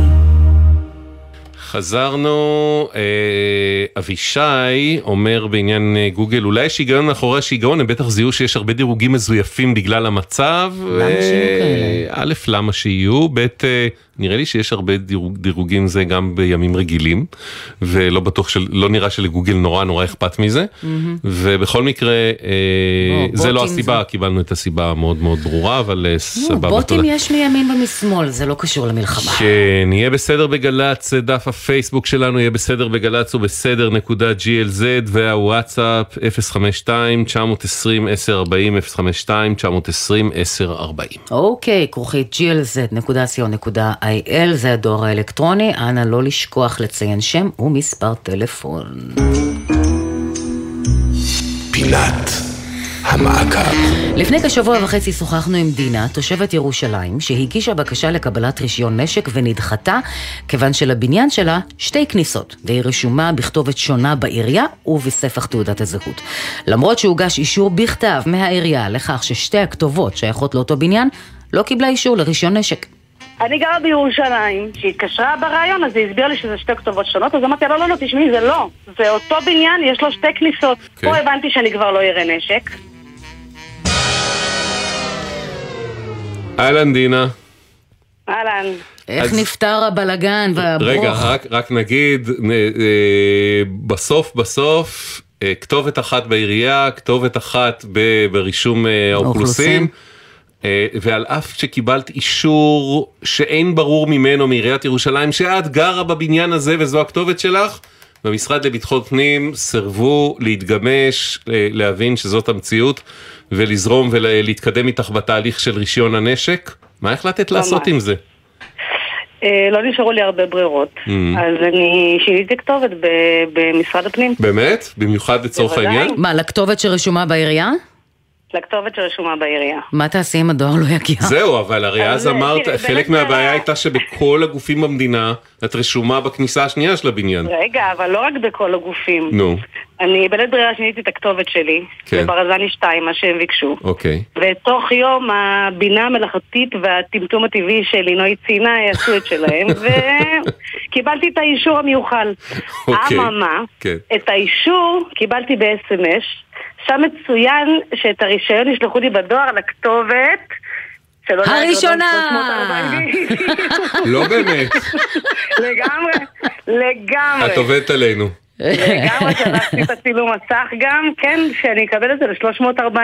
חזרנו, אבישי אומר בעניין גוגל, אולי יש היגיון מאחורי השיגעון, הם בטח זיהו שיש הרבה דירוגים מזויפים בגלל המצב. למה שיהיו כאלה? א', למה שיהיו, ב', נראה לי שיש הרבה דירוגים זה גם בימים רגילים, ולא בטוח, לא נראה שלגוגל נורא אכפת מזה, ובכל מקרה, זה לא הסיבה, קיבלנו את הסיבה המאוד מאוד ברורה, אבל סבבה. בוטים יש מימין ומשמאל, זה לא קשור למלחמה. שנהיה בסדר בגלץ, דף הפייסבוק שלנו יהיה בסדר בגלץ ובסדר.glz, והוואטסאפ 052-920-1040, 052-920-1040. אוקיי, כרוכית glz.co.il, זה הדואר האלקטרוני, אנא לא לשכוח לציין שם ומספר טלפון. פינת המעקב. לפני כשבוע וחצי שוחחנו עם דינה, תושבת ירושלים, שהגישה בקשה לקבלת רישיון נשק ונדחתה, כיוון שלבניין שלה 2 כניסות, והיא רשומה בכתובת שונה בעירייה ובספח תעודת הזהות. למרות שהוגש אישור בכתב מהעירייה לכך ששתי הכתובות שייכות לאותו בניין, לא קיבלה אישור לרישיון נשק. אני גרה בירושלים, שהתקשרה ברעיון, אז היא הסביר לי שזה 2 כתובות שונות, אז אמרתי, לא, תשמעי, זה לא. זה אותו בניין, יש לו 2 כניסות. פה הבנתי שאני כבר לא אראה נשק. אהלן דינה. אהלן. איך נפטר הבלגן והברוך? רגע, רק נגיד, בסוף, כתובת אחת בעירייה, כתובת אחת ברישום האוכלוסין, ועל אף שקיבלת אישור שאין ברור ממנו מעיריית ירושלים, שאת גרה בבניין הזה וזו הכתובת שלך, במשרד לביטחון פנים סרבו להתגמש, להבין שזאת המציאות, ולזרום ולהתקדם איתך בתהליך של רישיון הנשק. מה החלטת לעשות עם זה? לא נשארו לי הרבה ברירות, אז אני שיניתי כתובת במשרד הפנים. באמת? במיוחד לצורך העניין? מה, לכתובת שרשומה בעירייה? לכתובת שרשומה בעירייה. מה תעשי אם הדואר לא יגיע? זהו, אבל הרי אז אמרת, חלק מהבעיה הייתה שבכל הגופים במדינה את רשומה בכניסה השנייה של הבניין. רגע, אבל לא רק בכל הגופים. נו. אני בלית ברירה שיניתי את הכתובת שלי, בברזני 2, מה שהם ביקשו. אוקיי. ותוך יום הבינה המלאכותית והטמטום הטבעי של לינוי צינה יעשו את שלהם, וקיבלתי את האישור המיוחל. אממה, את האישור קיבלתי ב-SMS, שם מצוין שאת הרישיון ישלחו לי בדואר לכתובת הראשונה! לא באמת. לגמרי. את עובדת עלינו. לגמרי, שלחתי את הצילום מסך גם, כן, שאני אקבל את זה ל-340.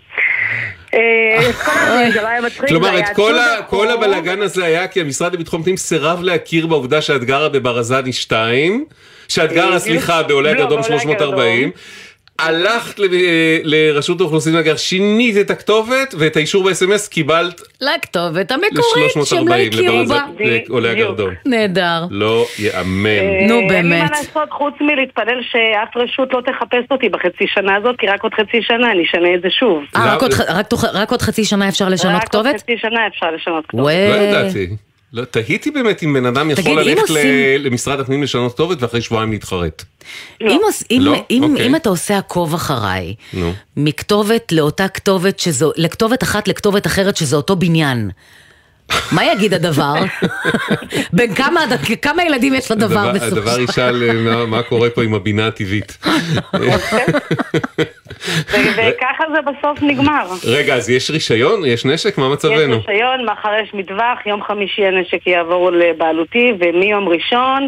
כלומר, את כל הבלגן הזה היה כי המשרד לביטחון פנים סירב להכיר בעובדה שאת גרה בברזני 2, שאת גרה, סליחה, בעולה הגרדום 340, הלכת לרשות האוכלוסין וההגירה, שינית את הכתובת ואת האישור ב-SMS קיבלת לכתובת המקורית שהם לא הכירו בה. עולי הגרדום. נהדר. לא יאמן. נו באמת. אין לי מה לעשות חוץ מלהתפלל שאף רשות לא תחפש אותי בחצי שנה הזאת, כי רק עוד חצי שנה אני אשנה את זה שוב. רק עוד חצי שנה אפשר לשנות כתובת? רק עוד חצי שנה אפשר לשנות כתובת. לא ידעתי. לא, תהיתי באמת אם בן אדם יכול ללכת למשרד הפנים לשנות כתובת ואחרי שבועיים להתחרט. אם אתה עושה עקוב אחריי, מכתובת לאותה כתובת, לכתובת אחת לכתובת אחרת שזה אותו בניין, מה יגיד הדבר? בין כמה ילדים יש לדבר בסוף? הדבר ישאל מה קורה פה עם הבינה הטבעית. וככה זה בסוף נגמר. רגע, אז יש רישיון? יש נשק? מה מצבנו? יש רישיון, מחר יש מטווח, יום חמישי הנשק יעבור לבעלותי, ומיום ראשון,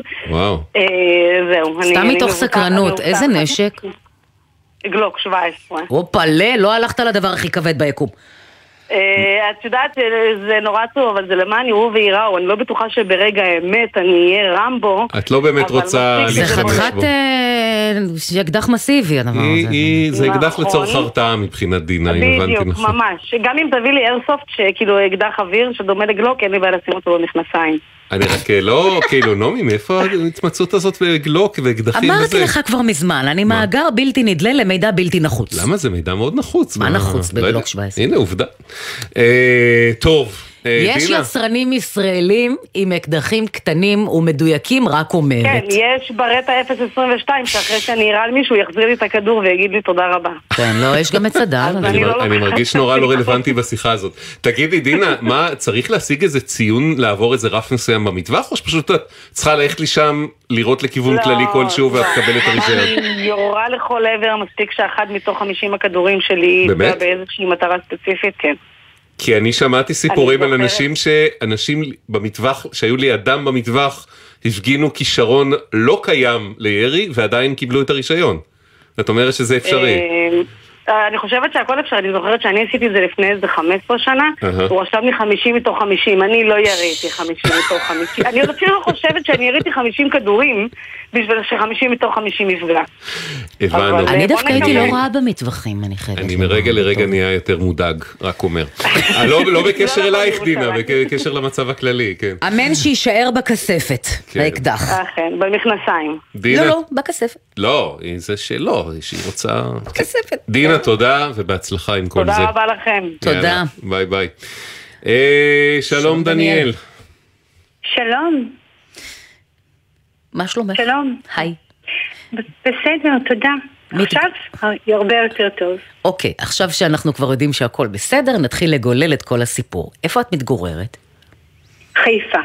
זהו. סתם מתוך סקרנות, איזה נשק? גלוק 17. אופה, לא הלכת לדבר הכי כבד ביקום. את יודעת, זה נורא טוב, אבל זה למען יראו ויראו. אני לא בטוחה שברגע האמת אני אהיה רמבו. את לא באמת רוצה... זה חתיכת אקדח מסיבי הדבר הזה. זה אקדח לצורך הרתעה מבחינת דינה, אם הבנתי נכון. בדיוק, ממש. גם אם תביא לי איירסופט שכאילו אקדח אוויר שדומה לגלוק, אין לי בעיה לשים אותו במכנסיים. אני רק לא, כאילו נומי, מאיפה ההתמצאות הזאת בגלוק ואקדחים וזה? אמרתי לך כבר מזמן, אני מאגר בלתי נדלה למידע בלתי נחוץ. למה? זה מידע מאוד נחוץ. מה נחוץ בגלוק 17? הנה, עובדה. טוב, יש יצרנים ישראלים עם אקדחים קטנים ומדויקים, רק אומרת. כן, יש ברטה 022, שאחרי שאני אראה על מישהו, יחזיר לי את הכדור ויגיד לי תודה רבה. כן, לא, יש גם את סדר. אני מרגיש נורא לא רלוונטי בשיחה הזאת. תגידי, דינה, מה, צריך להשיג איזה ציון, לעבור איזה רף מסוים במטווח, או שפשוט את צריכה ללכת לי שם, לראות לכיוון כללי כלשהו, ואת תקבל את הרישיון? אני יורה לכל עבר, מספיק שאחד מתוך 50 הכדורים שלי, באיזושהי מטרה ספציפית, כן. כי אני שמעתי סיפורים על אנשים במטווח, שהיו לי אדם במטווח, הפגינו כישרון לא קיים לירי, ועדיין קיבלו את הרישיון. את אומרת שזה אפשרי. אני חושבת שהכל אפשר, אני זוכרת שאני עשיתי את זה לפני איזה 15 שנה, הוא רשב לי 50 מתוך 50, אני לא יריתי 50 מתוך 50, אני עוד אפילו חושבת שאני יריתי 50 כדורים, בשביל ש50 מתוך 50 יפגע. הבנו. אני דווקא הייתי לא רעה במטווחים, אני חייבת. אני מרגע לרגע נהיה יותר מודאג, רק אומר. לא בקשר אלייך דינה, בקשר למצב הכללי, כן. אמן שישאר בכספת, באקדח. כן, במכנסיים. לא, בכספת. לא, זה שלא, שהיא רוצה... כספת. דינה, תודה, ובהצלחה עם כל זה. תודה רבה לכם. תודה. ביי ביי. שלום דניאל. שלום. מה שלומך? שלום. היי. בסדר, תודה. עכשיו הרבה יותר טוב. אוקיי, עכשיו שאנחנו כבר יודעים שהכל בסדר, נתחיל לגולל את כל הסיפור. איפה את מתגוררת? חיפה.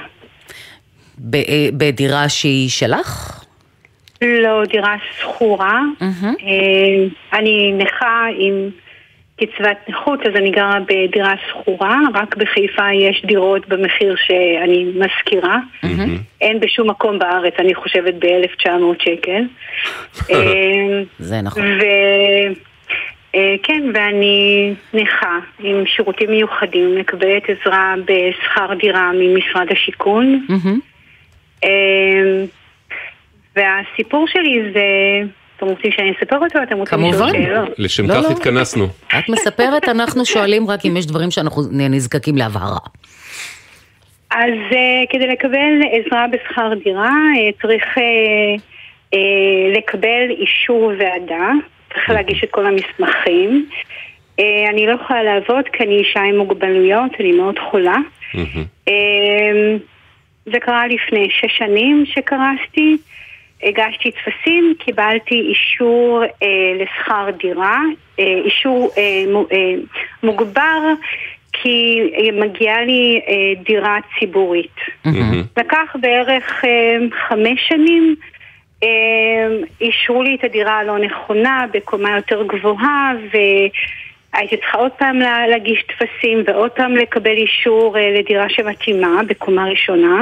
בדירה שהיא שלך? לא, דירה שכורה. אני נכה עם קצבת נכות, אז אני גרה בדירה שכורה, רק בחיפה יש דירות במחיר שאני מזכירה. אין בשום מקום בארץ, אני חושבת ב-1900 שקל. זה נכון. כן, ואני נכה עם שירותים מיוחדים, מקבלת עזרה בשכר דירה ממשרד השיכון. והסיפור שלי זה... אתם רוצים שאני אספר אותו? אתם רוצים לשאול שאלות? לשם כך התכנסנו. את מספרת, אנחנו שואלים רק אם יש דברים שאנחנו נזקקים להבהרה. אז כדי לקבל עזרה בשכר דירה, צריך לקבל אישור ועדה, צריך להגיש את כל המסמכים. אני לא יכולה לעבוד כי אני אישה עם מוגבלויות, אני מאוד חולה. זה קרה לפני 6 שנים שקרסתי. הגשתי טפסים, קיבלתי אישור לשכר דירה, אישור מוגבר, כי מגיעה לי דירה ציבורית. לקח בערך 5 שנים, אישרו לי את הדירה הלא נכונה, בקומה יותר גבוהה, והייתי צריכה עוד פעם להגיש טפסים, ועוד פעם לקבל אישור לדירה שמתאימה, בקומה ראשונה.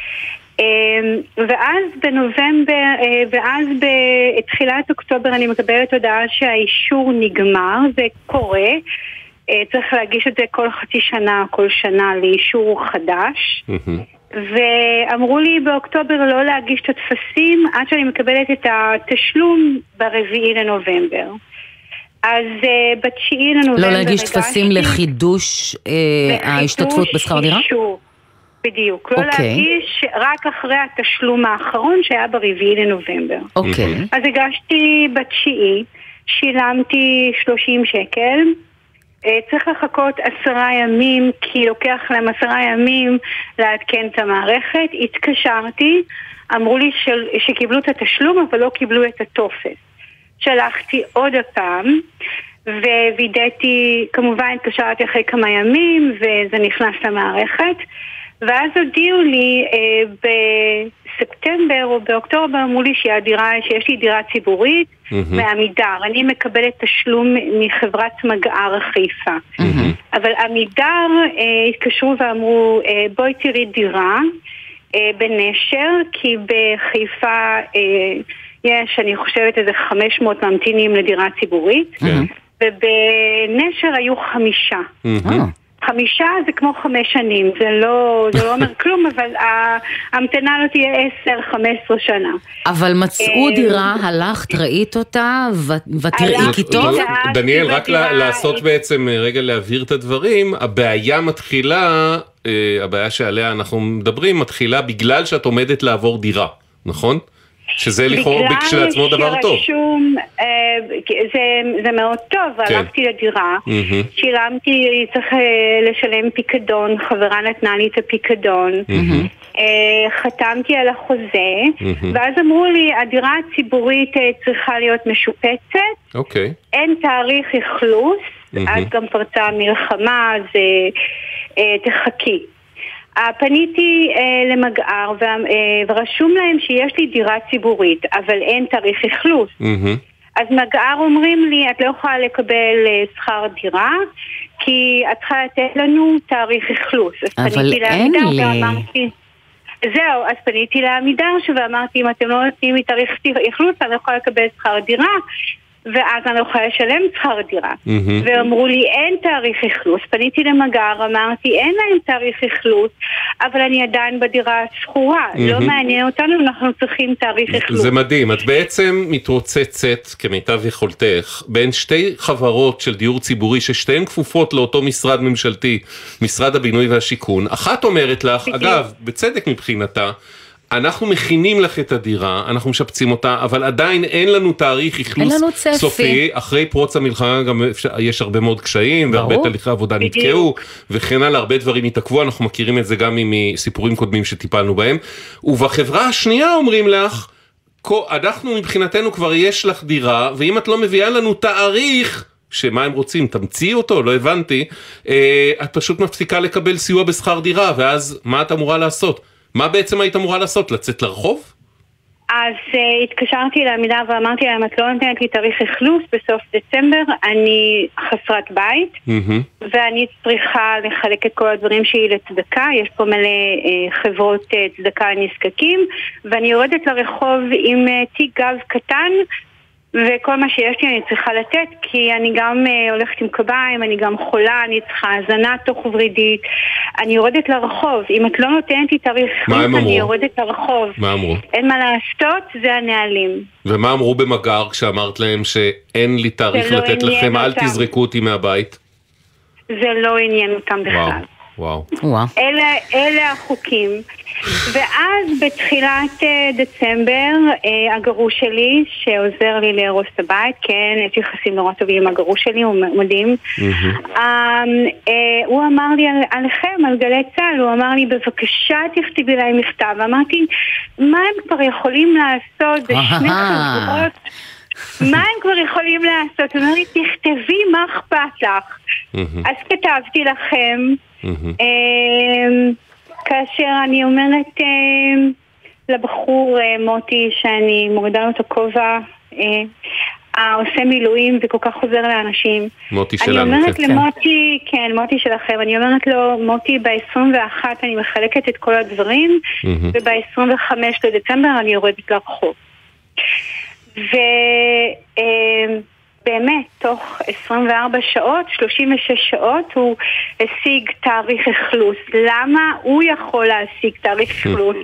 ואז בנובמבר, ואז בתחילת אוקטובר אני מקבלת הודעה שהאישור נגמר, זה קורה, צריך להגיש את זה כל חצי שנה, כל שנה לאישור חדש, ואמרו לי באוקטובר לא להגיש את הטפסים עד שאני מקבלת את התשלום ב4 לנובמבר. אז ב9 לנובמבר... לא להגיש טפסים לחידוש ההשתתפות בשכר דירה? בדיוק, לא להגיש רק אחרי התשלום האחרון שהיה ב4 לנובמבר. אז הגשתי ב9, שילמתי 30 שקל, צריך לחכות 10 ימים, כי לוקח להם 10 ימים לעדכן את המערכת. התקשרתי, אמרו לי שקיבלו את התשלום, אבל לא קיבלו את הטופס. שלחתי עוד הפעם, ווידאתי, כמובן התקשרתי אחרי כמה ימים, וזה נכנס למערכת. ואז הודיעו לי בספטמבר או באוקטובר, אמרו לי שיש לי דירה ציבורית מעמידר. אני מקבלת תשלום מחברת מגער חיפה. אבל עמידר התקשרו ואמרו, בואי תראי דירה בנשר, כי בחיפה יש, אני חושבת, איזה 500 ממתינים לדירה ציבורית, ובנשר היו 5. 5 זה כמו 5 שנים, זה לא אומר כלום, אבל ההמתנה לא תהיה 10-15 שנה. אבל מצאו דירה, הלכת, ראית אותה, ותראי כי טוב? דניאל, רק לעשות בעצם, רגע להבהיר את הדברים, הבעיה מתחילה, הבעיה שעליה אנחנו מדברים, מתחילה בגלל שאת עומדת לעבור דירה, נכון? שזה לכאורה כשלעצמו דבר טוב. זה מאוד טוב, הלכתי לדירה, שילמתי, צריך לשלם פיקדון, חברה נתנה לי את הפיקדון, חתמתי על החוזה, ואז אמרו לי, הדירה הציבורית צריכה להיות משופצת, אין תאריך אכלוס, אז גם פרצה מלחמה, אז תחכי. פניתי למגער ורשום להם שיש לי דירה ציבורית, אבל אין תאריך אכלוס. אז מגער אומרים לי, את לא יכולה לקבל שכר דירה, כי את צריכה לתת לנו תאריך אכלוס. אבל אין לי. זהו, אז פניתי לעמידר ואמרתי, אם אתם לא נותנים לי תאריך אכלוס, אני לא יכולה לקבל שכר דירה, ואז אני לא יכולה לשלם שכר דירה. ואמרו לי, אין תאריך אכלוס. פניתי למגער, אמרתי, אין להם תאריך אכלוס, אבל אני עדיין בדירה השכורה. לא מעניין אותנו, אנחנו צריכים תאריך אכלוס. זה מדהים. את בעצם מתרוצצת, כמיטב יכולתך, בין שתי חברות של דיור ציבורי, ששתיהן כפופות לאותו משרד ממשלתי, משרד הבינוי והשיכון. אחת אומרת לך, אגב, בצדק מבחינתה, אנחנו מכינים לך את הדירה, אנחנו משפצים אותה, אבל עדיין אין לנו תאריך אכלוס סופי. אחרי פרוץ המלחמה גם יש הרבה מאוד קשיים, והרבה תהליכי עבודה נתקעו, וכן על הרבה דברים התעכבו, אנחנו מכירים את זה גם מסיפורים קודמים שטיפלנו בהם. ובחברה השנייה אומרים לך, אנחנו מבחינתנו כבר יש לך דירה, ואם את לא מביאה לנו תאריך, שמה הם רוצים, תמציא אותו, לא הבנתי, את פשוט מפסיקה לקבל סיוע בשכר דירה, ואז מה את אמורה לעשות? מה בעצם היית אמורה לעשות? לצאת לרחוב? אז התקשרתי לעמידר ואמרתי להם, את לא נותנת לי תאריך אכלוס בסוף דצמבר, אני חסרת בית, ואני צריכה לחלק את כל הדברים שלי לצדקה, יש פה מלא חברות צדקה נזקקים, ואני יורדת לרחוב עם תיק גב קטן, וכל מה שיש לי אני צריכה לתת, כי אני גם הולכת עם קביים, אני גם חולה, אני צריכה הזנה תוך ורידית, אני יורדת לרחוב. אם את לא נותנת לי תאריך חוץ, אני יורדת לרחוב. מה אמרו? אין מה לעשות, זה הנהלים. ומה אמרו במגער כשאמרת להם שאין לי תאריך לתת לכם, אל תזרקו אותי מהבית? זה לא עניין אותם בכלל. וואו. אלה החוקים. ואז בתחילת דצמבר הגרוש שלי שעוזר לי להרוס את הבית, כן, יש יחסים נורא טובים עם הגרוש שלי, הוא מדהים, הוא אמר לי עליכם, על גלי צהל, הוא אמר לי בבקשה תכתבי להם מכתב. אמרתי, מה הם כבר יכולים לעשות בשני חברות? מה הם כבר יכולים לעשות? הוא אומר לי, תכתבי מה אכפת לך. אז כתבתי לכם, כאשר אני אומרת לבחור מוטי שאני מורידה לו את הכובע, עושה מילואים וכל כך עוזר לאנשים. מוטי שלנו. אני אומרת למוטי, כן, מוטי שלכם, אני אומרת לו, מוטי ב-21 אני מחלקת את כל הדברים, וב-25 לדצמבר אני יורדת לרחוב. באמת, תוך 24 שעות, 36 שעות, הוא השיג תאריך אכלוס. למה הוא יכול להשיג תאריך אכלוס?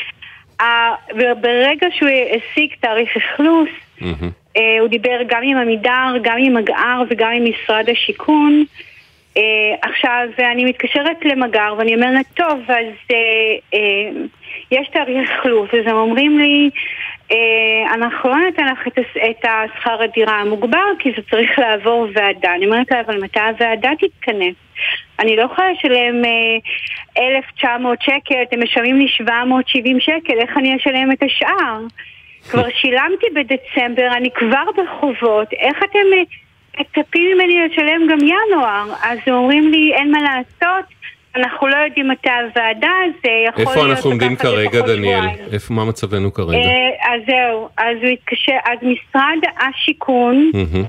ברגע שהוא השיג תאריך אכלוס, הוא דיבר גם עם עמידר, גם עם מגער וגם עם משרד השיכון. עכשיו, אני מתקשרת למגער ואני אומרת, טוב, אז יש תאריך אכלוס, אז הם אומרים לי, אנחנו לא ניתן לך את השכר הדירה המוגבר, כי זה צריך לעבור ועדה. אני אומרת לה, אבל מתי הוועדה תתכנס? אני לא יכולה לשלם 1,900 שקל, אתם משלמים לי 770 שקל, איך אני אשלם את השאר? כבר שילמתי בדצמבר, אני כבר בחובות, איך אתם מצפים ממני לשלם גם ינואר? אז אומרים לי, אין מה לעשות, אנחנו לא יודעים מתי הוועדה, זה יכול להיות... איפה אנחנו עומדים כרגע, דניאל? מה מצבנו כרגע? אז זהו, אז הוא התקשר, אז משרד השיכון,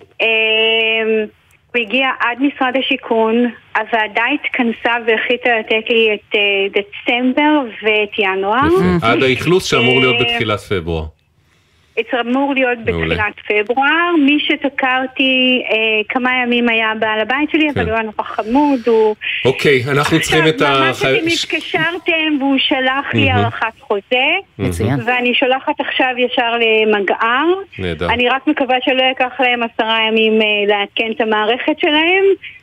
הוא הגיע עד משרד השיכון, הוועדה התכנסה והחליטה לתת לי את דצמבר ואת ינואר. עד האכלוס שאמור להיות בתחילת פברואר. אמור להיות בתחילת פברואר. מי שתקרתי כמה ימים היה בעל הבית שלי, אבל הוא היה נורא חמוד. אוקיי, אנחנו צריכים את ה... ממש אתם התקשרתם והוא שלח לי הערכת חוזה, ואני שולחת עכשיו ישר למגער. אני רק מקווה שלא יקח להם 10 ימים לעדכן את המערכת שלהם.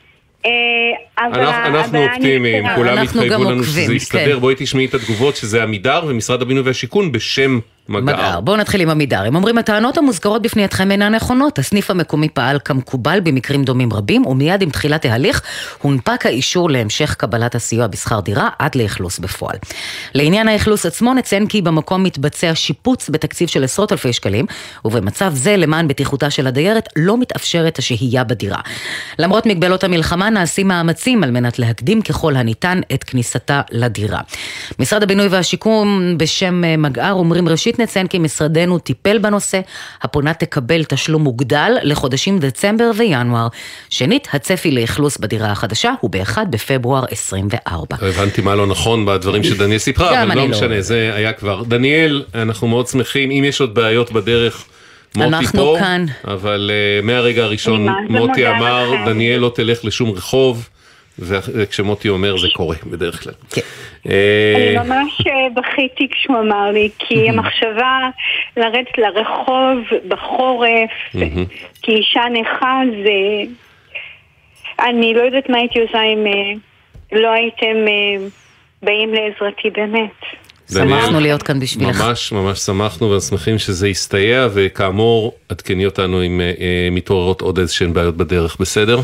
אנחנו אופטימיים, כולם התחייבו לנו שזה יסתדר. בואי תשמעי את התגובות שזה עמידר ומשרד הבינוי והשיכון בשם מגער. בואו נתחיל עם עמידר. הם אומרים, הטענות המוזכרות בפני אתכם אינן נכונות. הסניף המקומי פעל כמקובל במקרים דומים רבים, ומיד עם תחילת ההליך הונפק האישור להמשך קבלת הסיוע בשכר דירה עד לאכלוס בפועל. לעניין האכלוס עצמו נציין כי במקום מתבצע שיפוץ בתקציב של עשרות אלפי שקלים, ובמצב זה למען בטיחותה של הדיירת לא מתאפשרת השהייה בדירה. למרות מגבלות המלחמה נעשים מאמצים על מנת להקדים ככל הניתן את כניסתה לדירה. משרד הבינוי והשיכון בשם מגער אומרים, ראשית נציין כי משרדנו טיפל בנושא, הפונה תקבל תשלום מוגדל לחודשים דצמבר וינואר. שנית, הצפי לאכלוס בדירה החדשה הוא ב-1 בפברואר 24. הבנתי מה לא נכון בדברים שדניאל סיפרה, אבל לא משנה, זה היה כבר. דניאל, אנחנו מאוד שמחים, אם יש עוד בעיות בדרך, מוטי פה, אבל מהרגע הראשון מוטי אמר, דניאל לא תלך לשום רחוב, וכשמוטי אומר זה קורה בדרך כלל. אני ממש בכיתי כשהוא אמר לי, כי המחשבה לרדת לרחוב בחורף, כי אישה נכה זה... אני לא יודעת מה הייתי עושה אם לא הייתם באים לעזרתי באמת. שמחנו להיות כאן בשבילך. ממש שמחנו ושמחים שזה יסתייע, וכאמור עדכני אותנו אם מתעוררות עוד איזשהן בעיות בדרך, בסדר?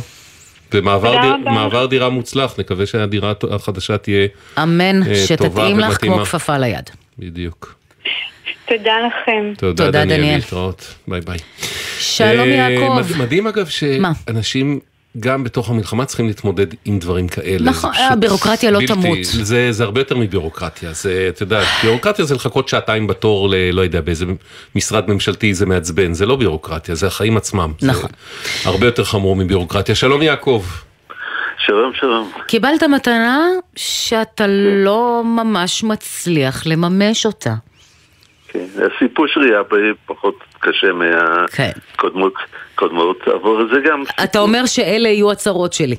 ומעבר דירה מוצלח, נקווה שהדירה החדשה תהיה אמן, שתתאים לך כמו כפפה ליד. בדיוק. תודה לכם. תודה דניאל, להתראות, ביי ביי. שלום יעקב. מדהים אגב שאנשים גם בתוך המלחמה צריכים להתמודד עם דברים כאלה. נכון, הבירוקרטיה לא תמות. זה הרבה יותר מבירוקרטיה, אתה יודע, בירוקרטיה זה לחכות שעתיים בתור לא יודע, באיזה משרד ממשלתי זה מעצבן, זה לא בירוקרטיה, זה החיים עצמם. נכון. זה הרבה יותר חמור מבירוקרטיה. שלום יעקב. שלום, שלום. קיבלת מתנה שאתה לא ממש מצליח לממש אותה. כן, הסיפור שלי היה פחות קשה מהקודמות, אבל זה גם... אתה אומר שאלה יהיו הצרות שלי.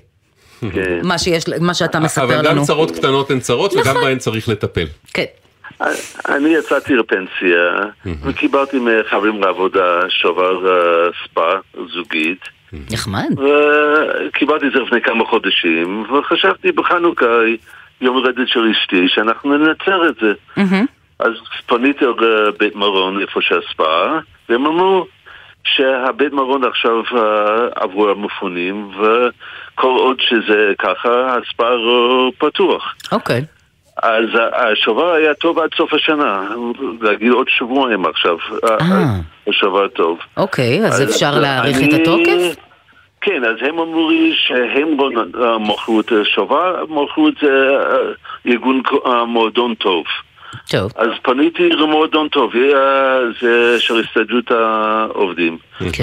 מה שאתה מספר לנו. אבל גם צרות קטנות הן צרות, וגם בהן צריך לטפל. כן. אני יצאתי לפנסיה, וקיבלתי מחברים לעבודה שובר ספה זוגית. נחמד. וקיבלתי את זה לפני כמה חודשים, וחשבתי בחנוכה, יום הולדת של אשתי, שאנחנו ננצר את זה. אז פניתי לבית מרון איפה שהספה, והם אמרו שהבית מרון עכשיו עבור המפונים, וכל עוד שזה ככה, הספה פתוח. אוקיי. אז השובר היה טוב עד סוף השנה, להגיד עוד שבועיים עכשיו, השובר טוב. אוקיי, אז אפשר להאריך את התוקף? כן, אז הם אמרו לי שהם לא מוכרו את השובר, מוכרו את ארגון מועדון טוב. טוב. אז פניתי למועדון טוב, זה של הסתדרות העובדים.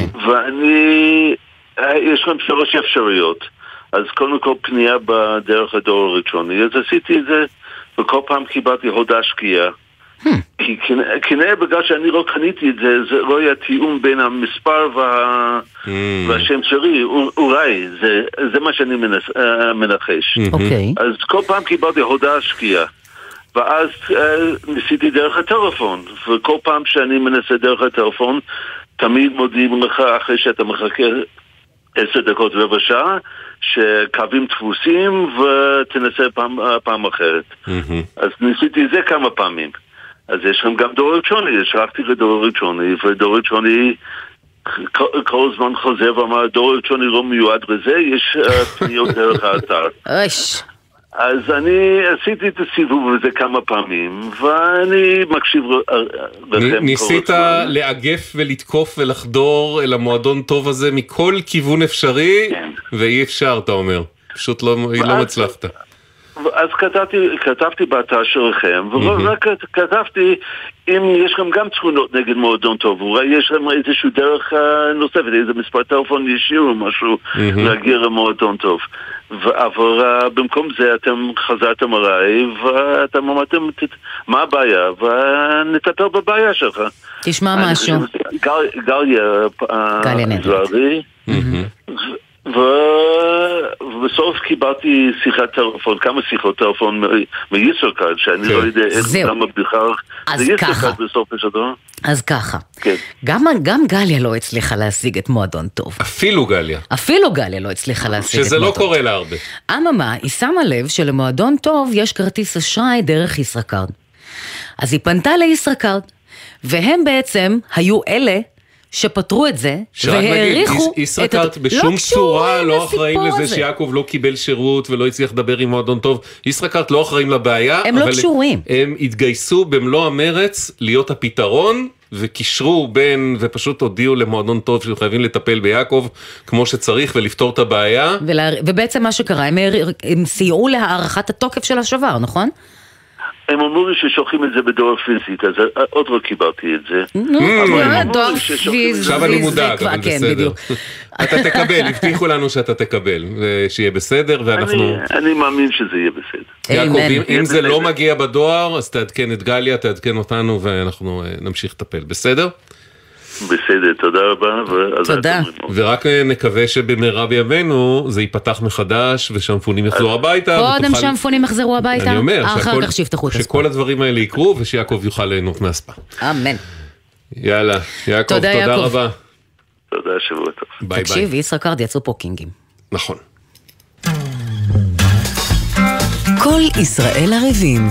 ואני, יש להם 3 אפשרויות. אז קודם כל פנייה בדרך הדואר האלקטרוני. אז עשיתי את זה, וכל פעם קיבלתי הודעה שקיעה. כי נראה בגלל שאני לא קניתי את זה, זה לא היה תיאום בין המספר והשם שלי, אולי, זה מה שאני מנחש. אז כל פעם קיבלתי הודעה שקיעה, ואז ניסיתי דרך הטלפון, וכל פעם שאני מנסה דרך הטלפון, תמיד מודיעים לך אחרי שאתה מחכה 10 דקות רבע שעה, שקווים דפוסים ותנסה פעם אחרת. אז ניסיתי זה כמה פעמים. אז יש לכם גם דור אלקטרוני, שלחתי לדור אלקטרוני, ודור אלקטרוני כל הזמן חוזר ואמר, דור אלקטרוני לא מיועד לזה, יש פניות דרך האתר. אז אני עשיתי את הסיבוב הזה כמה פעמים, ואני מקשיב לכם. ניסית לאגף ולתקוף ולחדור אל המועדון טוב הזה מכל כיוון אפשרי, ואי אפשר, אתה אומר. פשוט לא מצלחת. אז כתבתי באתר שלכם, ורק כתבתי אם יש לכם גם תכונות נגד מועדון טוב, אולי יש לכם איזשהו דרך נוספת, איזה מספר טלפון ישיר או משהו להגיע למועדון טוב. אבל במקום זה אתם חזרתם עליי ואתם אמרתם מה הבעיה ונטפל בבעיה שלך. תשמע משהו. גליה זוהרי, ובסוף קיבלתי שיחת טלפון, כמה שיחות טלפון מישראכרט, שאני לא יודע איך למה בכלל זה ישראכרט בסוף השדור. אז ככה, גם גליה לא הצליחה להשיג את מועדון טוב. אפילו גליה לא הצליחה להשיג את שזה לא קורה לה הרבה. אממה, היא שמה לב שלמועדון טוב יש כרטיס אשראי דרך ישראכרט. אז היא פנתה לישראכרט, והם בעצם היו אלה שפטרו את זה, והעריכו את... ישראכרט בשום צורה לא אחראים לזה שיעקב לא קיבל שירות ולא הצליח לדבר עם מועדון טוב. ישראכרט לא אחראים לבעיה. הם לא קשורים. הם התגייסו במלוא המרץ להיות הפתרון, וקישרו בין, ופשוט הודיעו למועדון טוב שחייבים לטפל ביעקב כמו שצריך ולפתור את הבעיה. ובעצם מה שקרה, הם סייעו להערכת התוקף של השובר, נכון? הם אמרו לי ששולחים את זה בדואר פיזית, אז עוד לא קיבלתי את זה. דואר פיזית. עכשיו אני מודאג, אבל בסדר. אתה תקבל, הבטיחו לנו שאתה תקבל, ושיהיה בסדר, ואנחנו... אני מאמין שזה יהיה בסדר. יעקב, אם זה לא מגיע בדואר, אז תעדכן את גליה, תעדכן אותנו, ואנחנו נמשיך לטפל. בסדר? בסדר, תודה רבה. תודה. ורק נקווה שבמהרה בימינו זה ייפתח מחדש ושמפונים יחזרו הביתה. קודם שמפונים יחזרו הביתה, אני אומר אחר כך שיפתחו את הספה. שכל הדברים האלה יקרו ושיעקב יוכל ליהנות מהספה. אמן. יאללה, יעקב, תודה רבה. תודה, שבוע טוב. ביי ביי. תקשיב, ישראכרט יצאו פה קינגים. נכון. כל ישראל ערבים.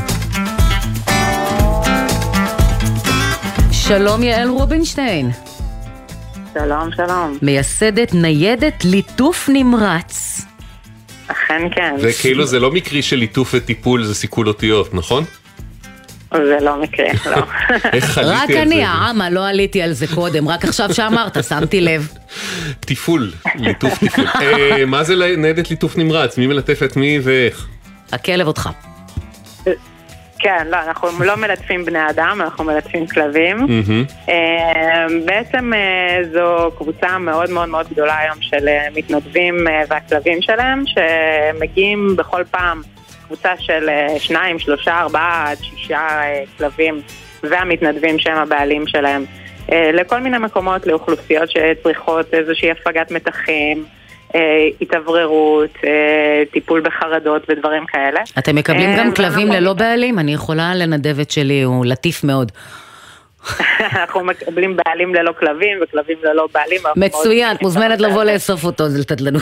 שלום יעל רובינשטיין. שלום, שלום. מייסדת ניידת ליטוף נמרץ. אכן כן. וכאילו זה לא מקרי של ליטוף וטיפול, זה סיכול אותיות, נכון? זה לא מקרי, לא. איך חליתי על זה? רק אני, העמה, לא עליתי על זה קודם, רק עכשיו שאמרת, שמתי לב. טיפול, ליטוף טיפול. מה זה ניידת ליטוף נמרץ? מי מלטף את מי ואיך? הכלב אותך. כן, לא, אנחנו לא מלטפים בני אדם, אנחנו מלטפים כלבים. בעצם זו קבוצה מאוד מאוד מאוד גדולה היום של מתנדבים והכלבים שלהם, שמגיעים בכל פעם קבוצה של 2, 3, 4 עד 6 כלבים והמתנדבים שהם הבעלים שלהם, לכל מיני מקומות, לאוכלוסיות שצריכות איזושהי הפגת מתחים, התעבררות, טיפול בחרדות ודברים כאלה. אתם מקבלים גם כלבים ללא בעלים? אני יכולה לנדב את שלי, הוא לטיף מאוד. אנחנו מקבלים בעלים ללא כלבים וכלבים ללא בעלים. מצוין, מוזמנת לבוא לאסוף אותו, זה לתדלנות.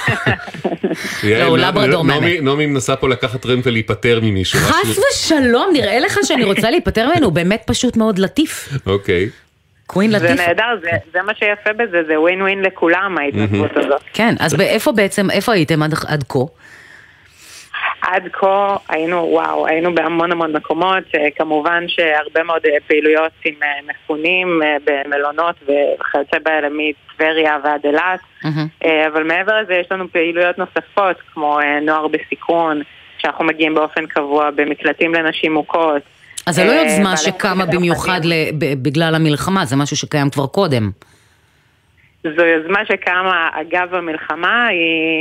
נעמי מנסה פה לקחת רם ולהיפטר ממישהו. חס ושלום, נראה לך שאני רוצה להיפטר ממנו, הוא באמת פשוט מאוד לטיף. אוקיי. זה נהדר, זה מה שיפה בזה, זה ווין ווין לכולם ההתנדבות הזאת. כן, אז איפה הייתם עד כה? עד כה היינו בהמון המון מקומות, כמובן שהרבה מאוד פעילויות עם מפונים במלונות וכיוצא באלה מטבריה ועד אילת, אבל מעבר לזה יש לנו פעילויות נוספות כמו נוער בסיכון, שאנחנו מגיעים באופן קבוע במקלטים לנשים מוכות. אז זה לא יוזמה שקמה במיוחד בגלל המלחמה, זה משהו שקיים כבר קודם. זו יוזמה שקמה אגב המלחמה, היא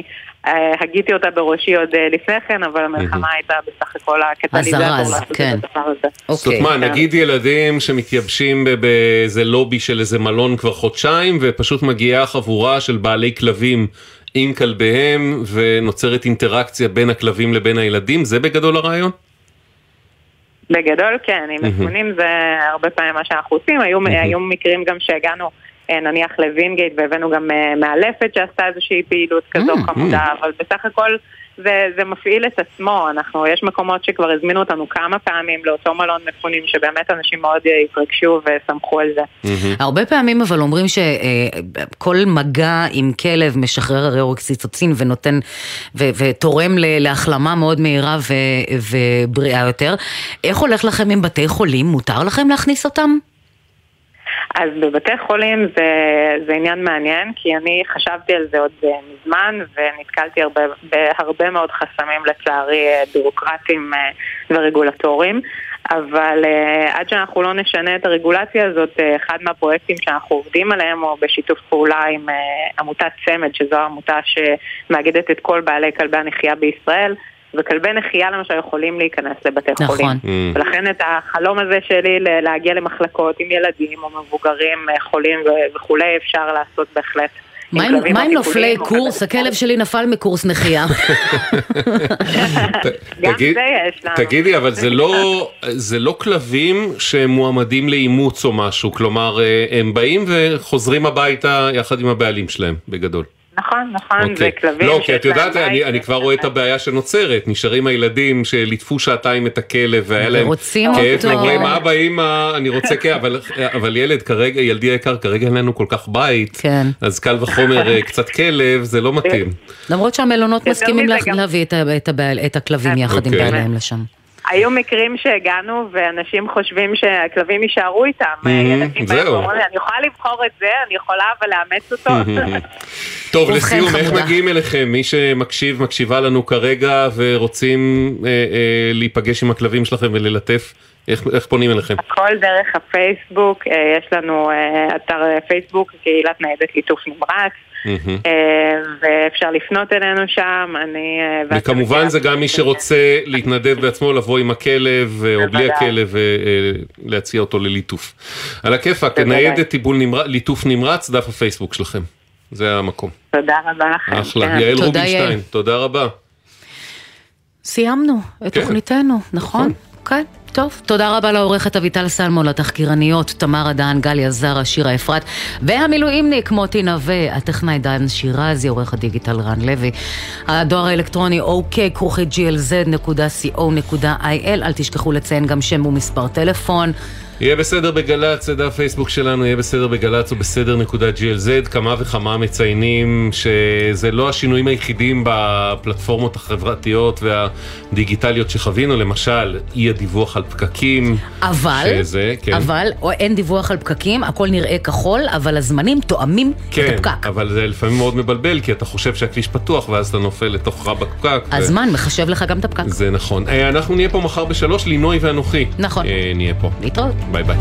הגיתי אותה בראשי עוד לפני כן, אבל המלחמה הייתה בסך הכל הקטליזטור לעשות את הדבר הזה. זאת אומרת, נגיד ילדים שמתייבשים באיזה לובי של איזה מלון כבר חודשיים, ופשוט מגיעה חבורה של בעלי כלבים עם כלביהם, ונוצרת אינטראקציה בין הכלבים לבין הילדים, זה בגדול הרעיון? בגדול כן, עם מסמונים זה הרבה פעמים מה שאנחנו עושים, היו מקרים גם שהגענו נניח לווינגייט והבאנו גם מאלפת שעשתה איזושהי פעילות כזו חמודה, אבל בסך הכל זה מפעיל את עצמו, יש מקומות שכבר הזמינו אותנו כמה פעמים לאותו מלון מפונים שבאמת אנשים מאוד התרגשו וסמכו על זה. הרבה פעמים אבל אומרים שכל מגע עם כלב משחרר הרי אוקסיטוצין ונותן ותורם להחלמה מאוד מהירה ובריאה יותר. איך הולך לכם עם בתי חולים? מותר לכם להכניס אותם? אז בבתי חולים זה עניין מעניין, כי אני חשבתי על זה עוד מזמן, ונתקלתי בהרבה מאוד חסמים לצערי בירוקרטיים ורגולטוריים, אבל עד שאנחנו לא נשנה את הרגולציה הזאת, אחד מהפרויקטים שאנחנו עובדים עליהם הוא בשיתוף פעולה עם עמותת צמד, שזו העמותה שמאגדת את כל בעלי כלבי הנחייה בישראל, וכלבי נחייה למשל יכולים להיכנס לבתי חולים. ולכן את החלום הזה שלי להגיע למחלקות עם ילדים או מבוגרים חולים וכולי אפשר לעשות בהחלט. מה עם נופלי קורס? הכלב שלי נפל מקורס נחייה. גם זה יש לנו. תגידי, אבל זה לא כלבים שמועמדים לאימוץ או משהו, כלומר הם באים וחוזרים הביתה יחד עם הבעלים שלהם בגדול. נכון, זה כלבים. לא, כי את יודעת, אני כבר רואה את הבעיה שנוצרת, נשארים הילדים שליטפו שעתיים את הכלב, והיה להם כאב, אומרים, אבא, אמא, אני רוצה כאב, אבל ילד כרגע, ילדי היקר, כרגע אין לנו כל כך בית, אז קל וחומר קצת כלב, זה לא מתאים. למרות שהמלונות מסכימים להביא את הכלבים יחד עם בעליהם לשם. היו מקרים שהגענו ואנשים חושבים שהכלבים יישארו איתם. ילדים בהם אומרים, אני יכולה לבחור את זה, אני יכולה אבל לאמץ אותו. טוב, לסיום, איך מגיעים אליכם? מי שמקשיב, מקשיבה לנו כרגע ורוצים להיפגש עם הכלבים שלכם וללטף, איך פונים אליכם? הכל דרך הפייסבוק, יש לנו אתר פייסבוק, קהילת ניידת ליטוף נמרץ, ואפשר לפנות אלינו שם. וכמובן זה גם מי שרוצה להתנדב בעצמו, לבוא עם הכלב או בלי הכלב ולהציע אותו לליטוף. על הכיפק, ניידת ליטוף נמרץ, דף הפייסבוק שלכם. זה המקום. תודה רבה לכם. אחלה, יעל רובינשטיין, תודה רבה. סיימנו את תוכניתנו, נכון? כן. טוב, תודה רבה לעורכת אביטל סלמון, לתחקירניות תמר עדן, גליה זרה, שירה אפרת והמילואימניק מוטי נווה, הטכנאי דן שירזי, עורך הדיגיטל רן לוי, הדואר האלקטרוני ok@glz.co.il. אל תשכחו לציין גם שם ומספר טלפון. יהיה בסדר בגלץ, זה דף פייסבוק שלנו, יהיה בסדר בגלץ או בסדר.glz. כמה וכמה מציינים שזה לא השינויים היחידים בפלטפורמות החברתיות והדיגיטליות שחווינו, למשל אי הדיווח על פקקים, אבל או אין דיווח על פקקים, הכל נראה כחול, אבל הזמנים תואמים את הפקק. כן, אבל זה לפעמים מאוד מבלבל, כי אתה חושב שהכביש פתוח ואז אתה נופל לתוך רב הפקק. הזמן מחשב לך גם את הפקק. זה נכון. אנחנו נהיה פה מחר ב3, לינוי ואנוכי. נכון. נהיה פה. להתראות. ביי ביי.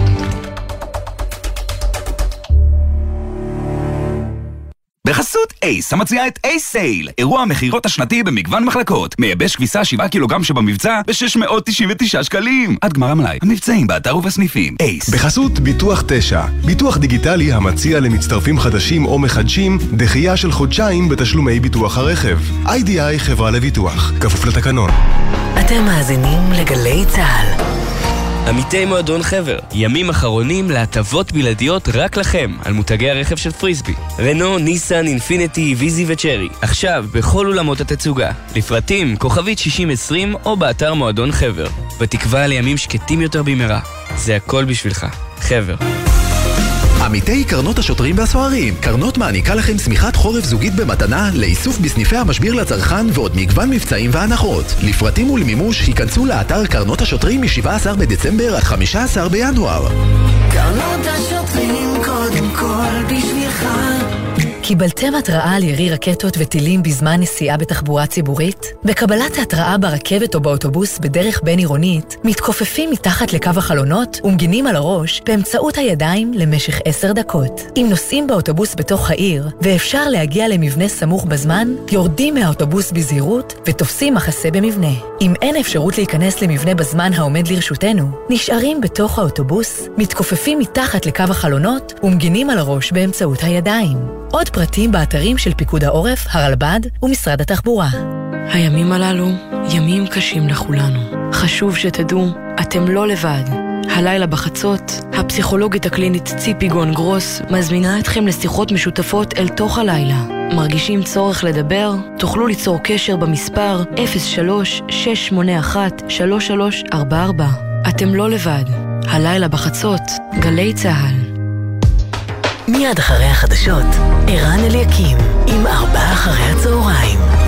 בחסות אייס, המציעה את אייס סייל, אירוע המחירות השנתי במגוון מחלקות. מייבש כביסה 7 קילוגרם שבמבצע ב-699 שקלים. עד גמר המלאי, המבצעים באתר ובסניפים. אייס. בחסות ביטוח 9, ביטוח דיגיטלי המציע למצטרפים חדשים או מחדשים דחייה של חודשיים בתשלומי ביטוח הרכב. IDI חברה לביטוח, כפוף לתקנון. אתם מאזינים לגלי צהל. עמיתי מועדון חבר, ימים אחרונים להטבות בלעדיות רק לכם על מותגי הרכב של פריסבי. רנו, ניסן, אינפיניטי, ויזי וצ'רי. עכשיו בכל אולמות התצוגה. לפרטים כוכבית 6020 או באתר מועדון חבר. בתקווה לימים שקטים יותר במהרה. זה הכל בשבילך. חבר. עמיתי קרנות השוטרים והסוהרים. קרנות מעניקה לכם שמיכת חורף זוגית במתנה לאיסוף בסניפי המשביר לצרכן ועוד מגוון מבצעים והנחות. לפרטים ולמימוש היכנסו לאתר קרנות השוטרים מ-17 בדצמבר עד 15 בינואר. קרנות השוטרים קודם כל בשבילך, קיבלתם התראה על ירי רקטות וטילים בזמן נסיעה בתחבורה ציבורית? בקבלת ההתראה ברכבת או באוטובוס בדרך בין עירונית, מתכופפים מתחת לקו החלונות ומגינים על הראש באמצעות הידיים למשך 10 דקות. אם נוסעים באוטובוס בתוך העיר ואפשר להגיע למבנה סמוך בזמן, יורדים מהאוטובוס בזהירות ותופסים מחסה במבנה. אם אין אפשרות להיכנס למבנה בזמן העומד לרשותנו, נשארים בתוך האוטובוס, מתכופפים מתחת לקו החלונות ומגינים על הראש באמצעות הידיים. עוד פרטים באתרים של פיקוד העורף, הרלב"ד ומשרד התחבורה. הימים הללו ימים קשים לכולנו. חשוב שתדעו, אתם לא לבד. הלילה בחצות, הפסיכולוגית הקלינית ציפי גון גרוס מזמינה אתכם לשיחות משותפות אל תוך הלילה. מרגישים צורך לדבר? תוכלו ליצור קשר במספר 03-681-3344. אתם לא לבד. הלילה בחצות, גלי צהל. מיד אחרי החדשות, ערן אליקים עם 4 אחרי הצהריים.